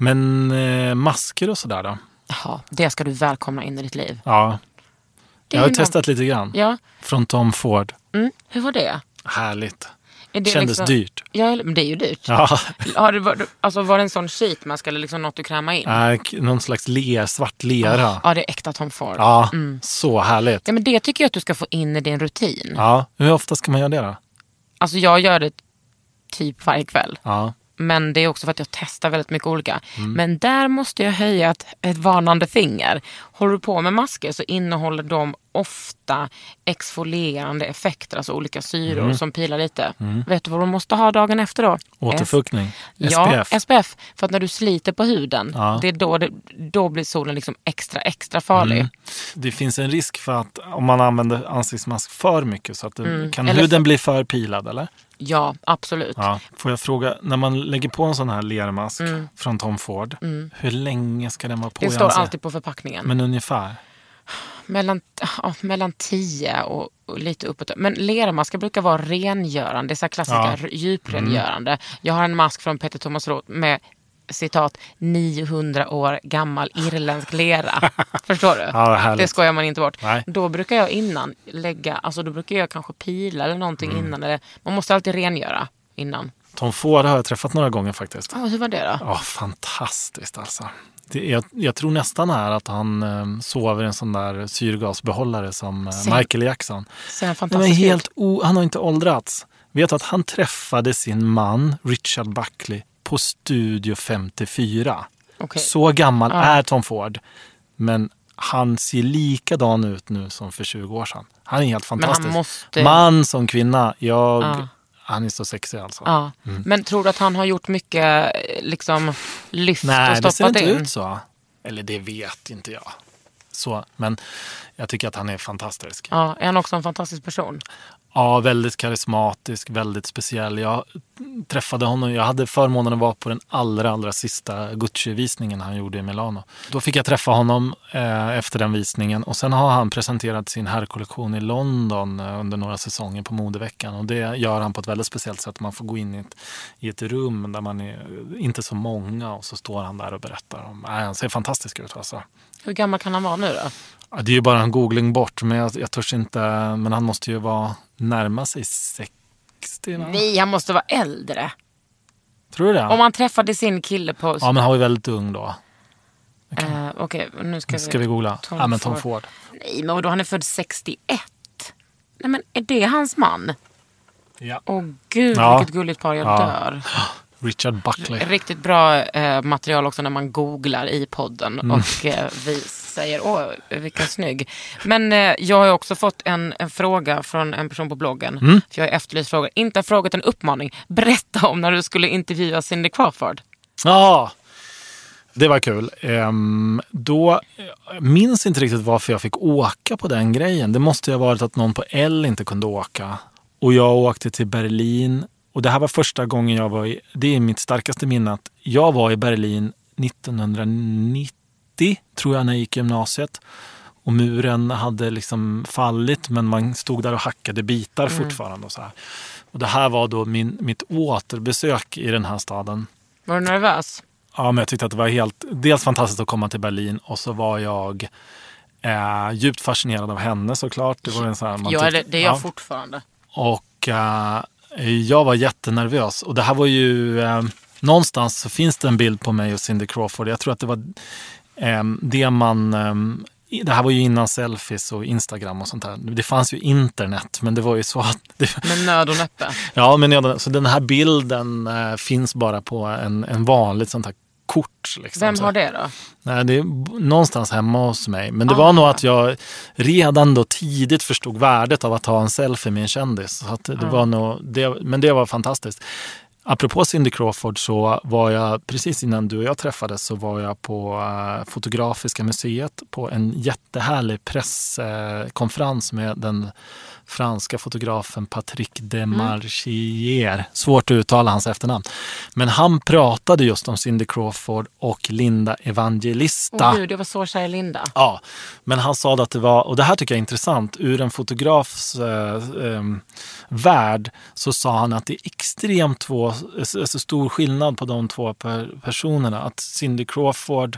Men masker och sådär då? Ja, det ska du välkomna in i ditt liv. Ja, jag har testat lite grann. Ja. Från Tom Ford. Hur var det? Härligt. Det kändes liksom dyrt. Ja, men det är ju dyrt. Ja. Var det en sån sheet man skulle liksom något du kräma in? Någon slags svart lera. Ja, det är äkta Tom Ford. Ja, så härligt. Ja, men det tycker jag att du ska få in i din rutin. Ja, hur ofta ska man göra det då? Alltså jag gör det typ varje kväll. Ja. Men det är också för att jag testar väldigt mycket olika. Men där måste jag höja ett varnande finger. Håller du på med masker så innehåller de ofta exfolierande effekter, alltså olika syror som pilar lite. Vet du vad de måste ha dagen efter då? Återfuktning. SPF. Ja, SPF. För att när du sliter på huden, det är då blir solen liksom extra farlig. Det finns en risk för att om man använder ansiktsmask för mycket så att kan huden bli för pilad, eller? Ja, absolut. Ja. Får jag fråga, när man lägger på en sån här lermask från Tom Ford, hur länge ska den vara på? Det står alltid på förpackningen. Men ungefär? Mellan 10 och lite uppåt. Men lermasker brukar vara rengörande. Det är så här klassiska djuprengörande. Jag har en mask från Peter Thomas Roth med citat 900 år gammal irländsk lera. Förstår du? Ja, det skojar man inte bort. Nej. Då brukar jag innan då brukar jag kanske pila eller någonting innan. Eller, man måste alltid rengöra innan. Tom Ford har jag träffat några gånger faktiskt. Hur var det då? Fantastiskt alltså. Jag tror nästan är att han sover i en sån där syrgasbehållare som Michael Jackson. Han har inte åldrats. Vet att han träffade sin man Richard Buckley på Studio 54. Okay. Så gammal är Tom Ford. Men han ser likadan ut nu som för 20 år sedan. Han är helt fantastisk. Man som kvinna, han är så sexig alltså. Ja. Men tror du att han har gjort mycket liksom lyft och stoppat in? Nej, det ser inte ut så. Eller det vet inte jag. Så, men jag tycker att han är fantastisk. Ja, är han också en fantastisk person? Ja, väldigt karismatisk, väldigt speciell. Jag träffade honom, jag hade förmånen att vara på den allra sista Gucci-visningen han gjorde i Milano. Då fick jag träffa honom efter den visningen, och sen har han presenterat sin herrkollektion i London under några säsonger på modeveckan, och det gör han på ett väldigt speciellt sätt. Man får gå in i ett rum där man är inte så många, och så står han där och berättar om. Han ser fantastisk ut alltså. Hur gammal kan han vara nu då? Ja, det är ju bara en googling bort, men jag törs inte, men han måste ju närma sig 60. Va? Nej, han måste vara äldre. Tror du det? Om han träffade sin kille på... Ja, men han var ju väldigt ung då. Okej, nu ska vi googla. Tom Ford. Nej, men då han är född 61. Nej, men är det hans man? Ja. Gud, vilket gulligt par, jag dör. Richard Buckley. Riktigt bra material också när man googlar i podden. Och vi säger, vilken snygg. Men jag har också fått en fråga från en person på bloggen. För jag har efterlyst frågor. Inte en fråga, en uppmaning. Berätta om när du skulle intervjua Cindy Crawford. Ja, det var kul. Då minns inte riktigt varför jag fick åka på den grejen. Det måste ju ha varit att någon på L inte kunde åka. Och jag åkte till Berlin Och det här var första gången jag var det är mitt starkaste minne, att jag var i Berlin 1990, tror jag, när jag gick i gymnasiet. Och muren hade liksom fallit, men man stod där och hackade bitar fortfarande. Och så här. Och det här var då mitt återbesök i den här staden. Var du nervös? Ja, men jag tyckte att det var dels fantastiskt att komma till Berlin, och så var jag djupt fascinerad av henne, såklart. Det var en så här, det är jag fortfarande. Och jag var jättenervös. Och det här var ju någonstans så finns det en bild på mig och Cindy Crawford. Jag tror att det var det här var ju innan selfies och Instagram och sånt här. Det fanns ju internet, men det var ju så att... Med nöd och näppe. Ja, så den här bilden finns bara på en vanligt sånt här kort. Liksom. Vem har det då? Nej, det är någonstans hemma hos mig. Men det var nog att jag redan då tidigt förstod värdet av att ta en selfie med en kändis. Så att det var nog men det var fantastiskt. Apropå Cindy Crawford, så var jag precis innan du och jag träffades, så var jag på Fotografiska museet på en jättehärlig presskonferens med den franska fotografen Patrick Demarchier. Svårt att uttala hans efternamn. Men han pratade just om Cindy Crawford och Linda Evangelista. Det var så kär Linda. Ja, men han sa att det var, och det här tycker jag är intressant, ur en fotografs värld, så sa han att det är extremt stor skillnad på de två personerna. Att Cindy Crawford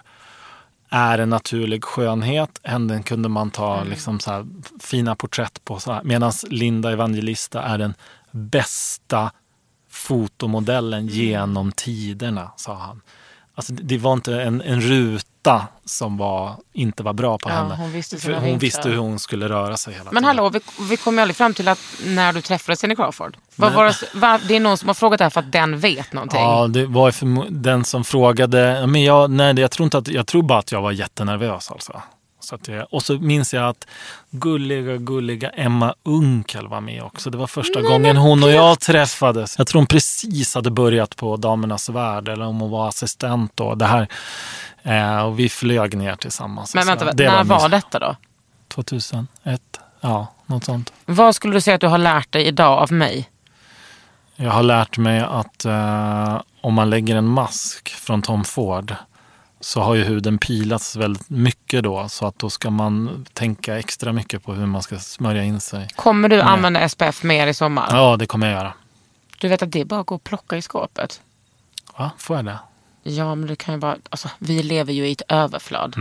är en naturlig skönhet. Henne kunde man ta liksom så här fina porträtt på. Medan Linda Evangelista är den bästa fotomodellen genom tiderna, sa han. Alltså det var inte en ruta som inte var bra på henne. Hon visste hur hon skulle röra sig hela tiden. Men hallå, vi kom ju aldrig fram till att när du träffade Cindy Crawford. Det är någon som har frågat det här för att den vet någonting. Ja, det var den som frågade. Men jag tror bara att jag var jättenervös alltså. Och så minns jag att gulliga Emma Unkel var med också. Det var första gången hon och jag träffades. Jag tror hon precis hade börjat på Damernas Värld, eller om hon var assistent då. Det här, och vi flög ner tillsammans. Men vänta, när var detta då? 2001, ja, något sånt. Vad skulle du säga att du har lärt dig idag av mig? Jag har lärt mig att om man lägger en mask från Tom Ford, så har ju huden pilats väldigt mycket då. Så att då ska man tänka extra mycket på hur man ska smörja in sig. Kommer du använda SPF mer i sommar? Ja, det kommer jag göra. Du vet att det är bara att gå och plocka i skåpet. Ja, får jag det? Ja, men du kan ju bara... Alltså, vi lever ju i ett överflöd.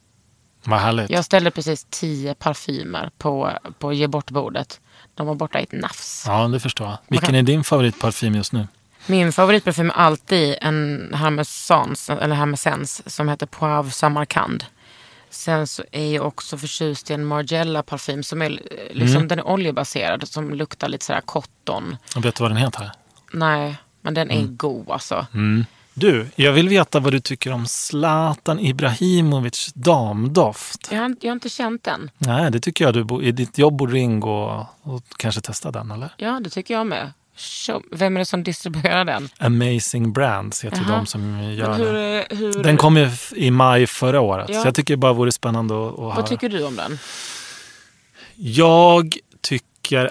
Vad härligt. Jag ställde precis 10 parfymer på ge bort-bordet. De var borta i ett nafs. Ja, det förstår jag. Vilken är din favoritparfym just nu? Min favoritparfym är alltid en Hermesens som heter Poivre Samarkand. Sen så är jag också förtjust i en Margiela-parfym som är liksom, den är oljebaserad, som luktar lite sådär cotton. Och vet du vad den heter? Nej, men den är god alltså. Du, jag vill veta vad du tycker om Zlatan Ibrahimovic damdoft. Jag har inte känt den. Nej, det tycker jag. I ditt jobb borde ingå och kanske testa den, eller? Ja, det tycker jag med. Vem är det som distribuerar den? Amazing Brands heter de som gör den. Den kom ju i maj förra året. Ja. Så jag tycker det bara vore spännande att höra. Vad tycker du om den? Jag tycker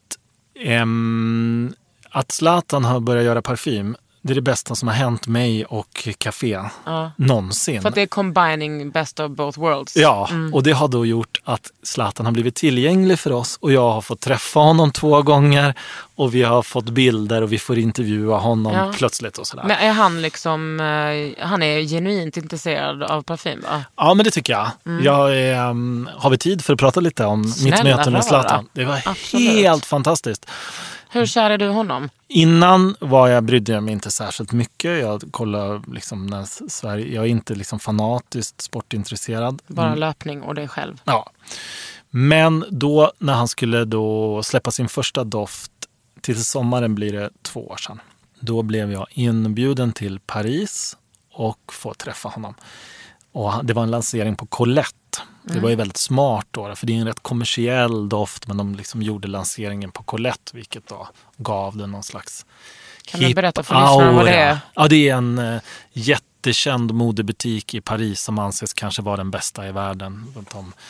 att Zlatan har börjat göra parfym. Det är det bästa som har hänt mig och Café någonsin. För att det är combining best of both worlds. Ja, och det har då gjort att Zlatan har blivit tillgänglig för oss. Och jag har fått träffa honom 2 gånger. Och vi har fått bilder och vi får intervjua honom plötsligt och sådär. Men är han liksom, han är genuint intresserad av parfym, va? Ja, men det tycker jag. Har vi tid för att prata lite om mitt möte med Zlatan? Det var helt fantastiskt. Hur kär är du honom? Innan brydde jag mig inte särskilt mycket. Jag kollar liksom när Sverige, jag är inte liksom fanatiskt sportintresserad. Bara löpning och dig själv. Ja. Men då när han skulle då släppa sin första doft, till sommaren blir det 2 år sedan. Då blev jag inbjuden till Paris och får träffa honom. Och det var en lansering på Colette. Det var ju väldigt smart då, för det är en rätt kommersiell doft, men de liksom gjorde lanseringen på Colette, vilket då gav den någon slags Kan du berätta för lyssnarna vad det är? Ja, det är en jättekänd modebutik i Paris som anses kanske vara den bästa i världen. De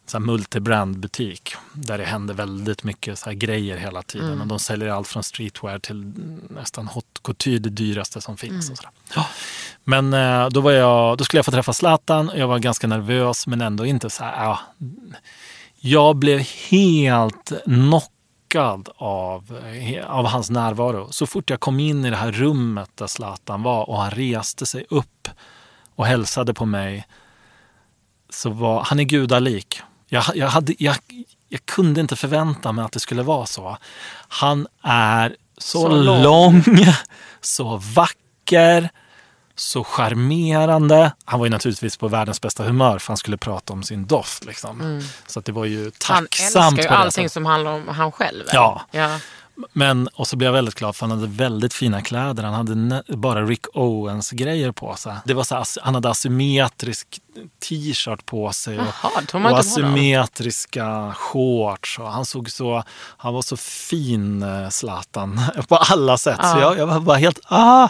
så här multibrandbutik där det händer väldigt mycket så här grejer hela tiden. Och de säljer allt från streetwear till nästan haute couture, det dyraste som finns. Och så där. Ja. Men då skulle jag få träffa Zlatan. Jag var ganska nervös men ändå inte så här. Ja. Jag blev helt knockad av hans närvaro. Så fort jag kom in i det här rummet där Zlatan var och han reste sig upp och hälsade på mig, så var han är gudalik. Jag kunde inte förvänta mig att det skulle vara så. Han är så lång, så vacker, så charmerande. Han var ju naturligtvis på världens bästa humör för han skulle prata om sin doft. Liksom. Så att det var ju tacksamt. Han älskar ju allting som handlar om han själv. Ja. Men, och så blev jag väldigt glad för han hade väldigt fina kläder. Han hade bara Rick Owens grejer på sig. Det var så, han hade asymmetrisk t-shirt på sig och asymmetriska shorts. Och han var så fin, Zlatan, på alla sätt. Så jag var bara helt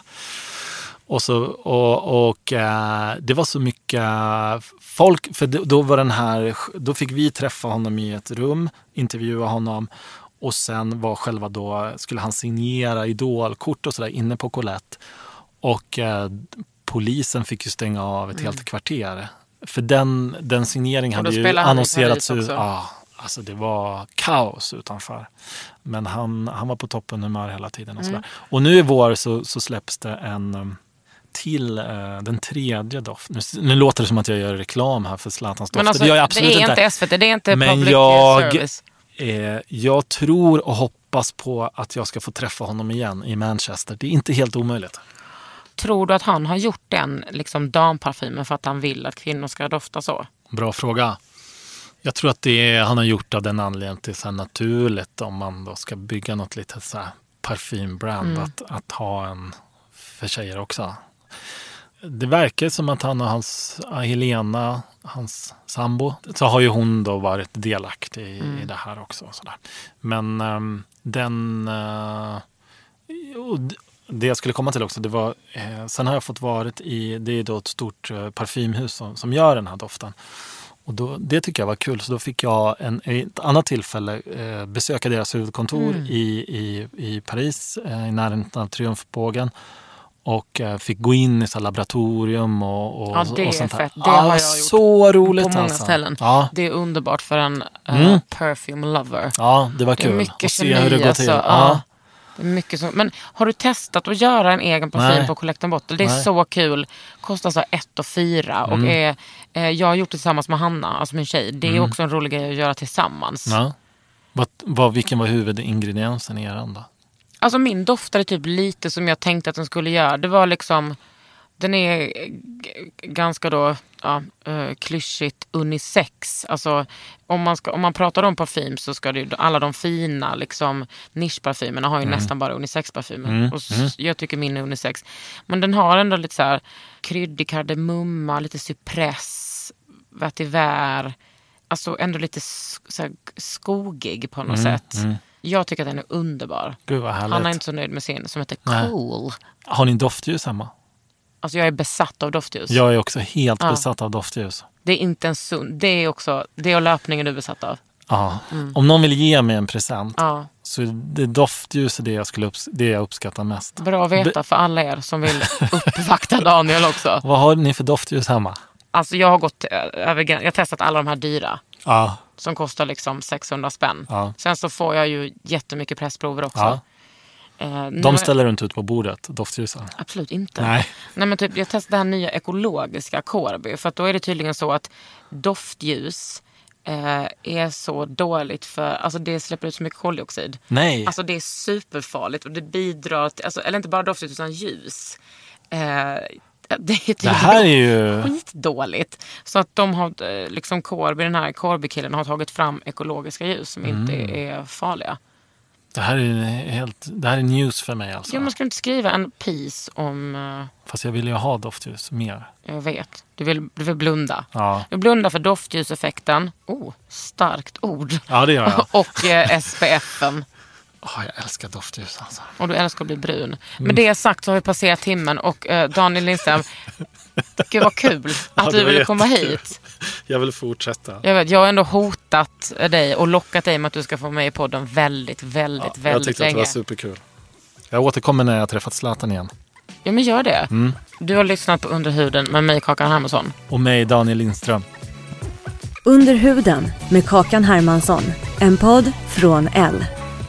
Och det var så mycket folk, för då fick vi träffa honom i ett rum, intervjua honom. Och sen skulle han signera idolkort och sådär inne på Colette. Och polisen fick ju stänga av ett helt kvarter. För den signeringen hade ju annonserats ut. Ja, alltså det var kaos utanför. Men han var på toppen humör hela tiden. Och, och nu i vår så släpps det en till den tredje doft. Nu låter det som att jag gör reklam här för Zlatans doft. Alltså, det gör jag absolut inte. Det är inte SVT, det är inte men public service. Jag tror och hoppas på att jag ska få träffa honom igen i Manchester. Det är inte helt omöjligt. Tror du att han har gjort den liksom damparfymen för att han vill att kvinnor ska dofta så? Bra fråga. Jag tror att han har gjort av den anledningen till så här naturligt om man då ska bygga något litet så här parfymbrand att ha en för tjejer också. Det verkar som att han och Helena, hans sambo, så har ju hon då varit delaktig i det här också. Och sådär. Men det jag skulle komma till också, det var, sen har jag fått varit det är då ett stort parfymhus som gör den här doften. Och det tycker jag var kul, så då fick jag ett annat tillfälle besöka deras huvudkontor i Paris, i närheten av Triumfbågen. Och fick gå in i så laboratorium och det och sånt är här. fett. Det har jag så gjort roligt på många alltså. ställen. Ja. Det är underbart för en perfume lover. Ja, det var kul. Det är mycket kemi, hur det går till. Det är mycket så. Men har du testat att göra en egen parfym på Collect & Bottle? Det är så kul. Kostar så 1 400 och jag har gjort det tillsammans med Hanna, alltså min tjej. Det är också en rolig grej att göra tillsammans. Ja. Vilken var huvudingrediensen i eran då? Alltså min doftade typ lite som jag tänkte att den skulle göra. Det var liksom, den är ganska då klyschigt unisex. Alltså om man pratar om parfym så ska det ju, alla de fina liksom nischparfymerna har ju nästan bara unisexparfymer. Och jag tycker min är unisex. Men den har ändå lite så här kryddig kardemumma, lite cypress, vetiver. Alltså ändå lite så här skogig på något sätt. Jag tycker att den är underbar. Gud vad härligt. Han är inte så nöjd med sin som heter Cool. Har ni doftljus hemma? Alltså jag är besatt av doftljus. Jag är också helt besatt av doftljus. Det är inte en sund. Det är också, det och löpningen du är besatt av. Ja. Om någon vill ge mig en present så det doftljus är det jag uppskattar mest. Bra att veta för alla er som vill uppvakta Daniel också. Vad har ni för doftljus hemma? Alltså jag har gått jag har testat alla de här dyra. Ja. Som kostar liksom 600 spänn. Ja. Sen så får jag ju jättemycket pressprover också. Ja. De ställer du inte ut på bordet, doftljusen? Absolut inte. Nej men typ jag testade det här nya ekologiska Corby. För att då är det tydligen så att doftljus är så dåligt för, alltså det släpper ut så mycket koldioxid. Nej. Alltså det är superfarligt och det bidrar till, alltså, eller inte bara doftljus utan ljus. Det här är ju skitdåligt. Så att de har liksom den här Corby-killen har tagit fram ekologiska ljus som inte är farliga. Det här är news för mig alltså. Ja, man ska inte skriva en piece om... Fast jag vill ju ha doftljus mer. Jag vet. Du vill blunda. Ja. Du blundar för doftljuseffekten. Starkt ord. Ja, det gör jag. Och SPF:en. Jag älskar doftljus alltså. Och du älskar att bli brun. Men det sagt så har vi passerat timmen och Daniel Lindström, gud vad kul att du ville komma hit. Jag vill fortsätta. Jag har ändå hotat dig och lockat dig med att du ska få med i podden väldigt länge. Jag tyckte att det var superkul. Jag återkommer när jag har träffat Zlatan igen. Ja, men gör det. Du har lyssnat på Under huden med mig, Kakan Hermansson. Och mig, Daniel Lindström. Under huden med Kakan Hermansson. En podd från Elle.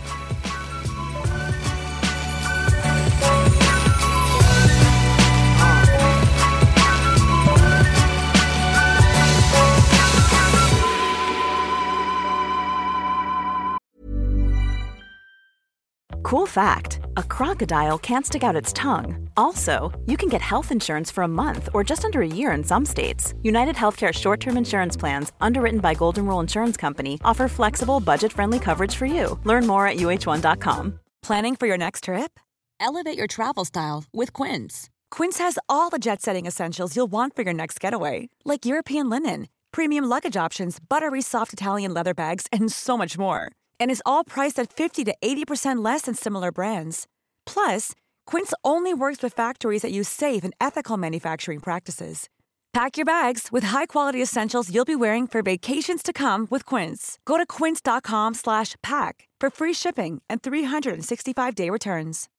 Cool fact, a crocodile can't stick out its tongue. Also, you can get health insurance for a month or just under a year in some states. United Healthcare short-term insurance plans, underwritten by Golden Rule Insurance Company, offer flexible, budget-friendly coverage for you. Learn more at uh1.com. Planning for your next trip? Elevate your travel style with Quince. Quince has all the jet-setting essentials you'll want for your next getaway, like European linen, premium luggage options, buttery soft Italian leather bags, and so much more. And is all priced at 50 to 80% less than similar brands. Plus, Quince only works with factories that use safe and ethical manufacturing practices. Pack your bags with high-quality essentials you'll be wearing for vacations to come with Quince. Go to quince.com/pack for free shipping and 365-day returns.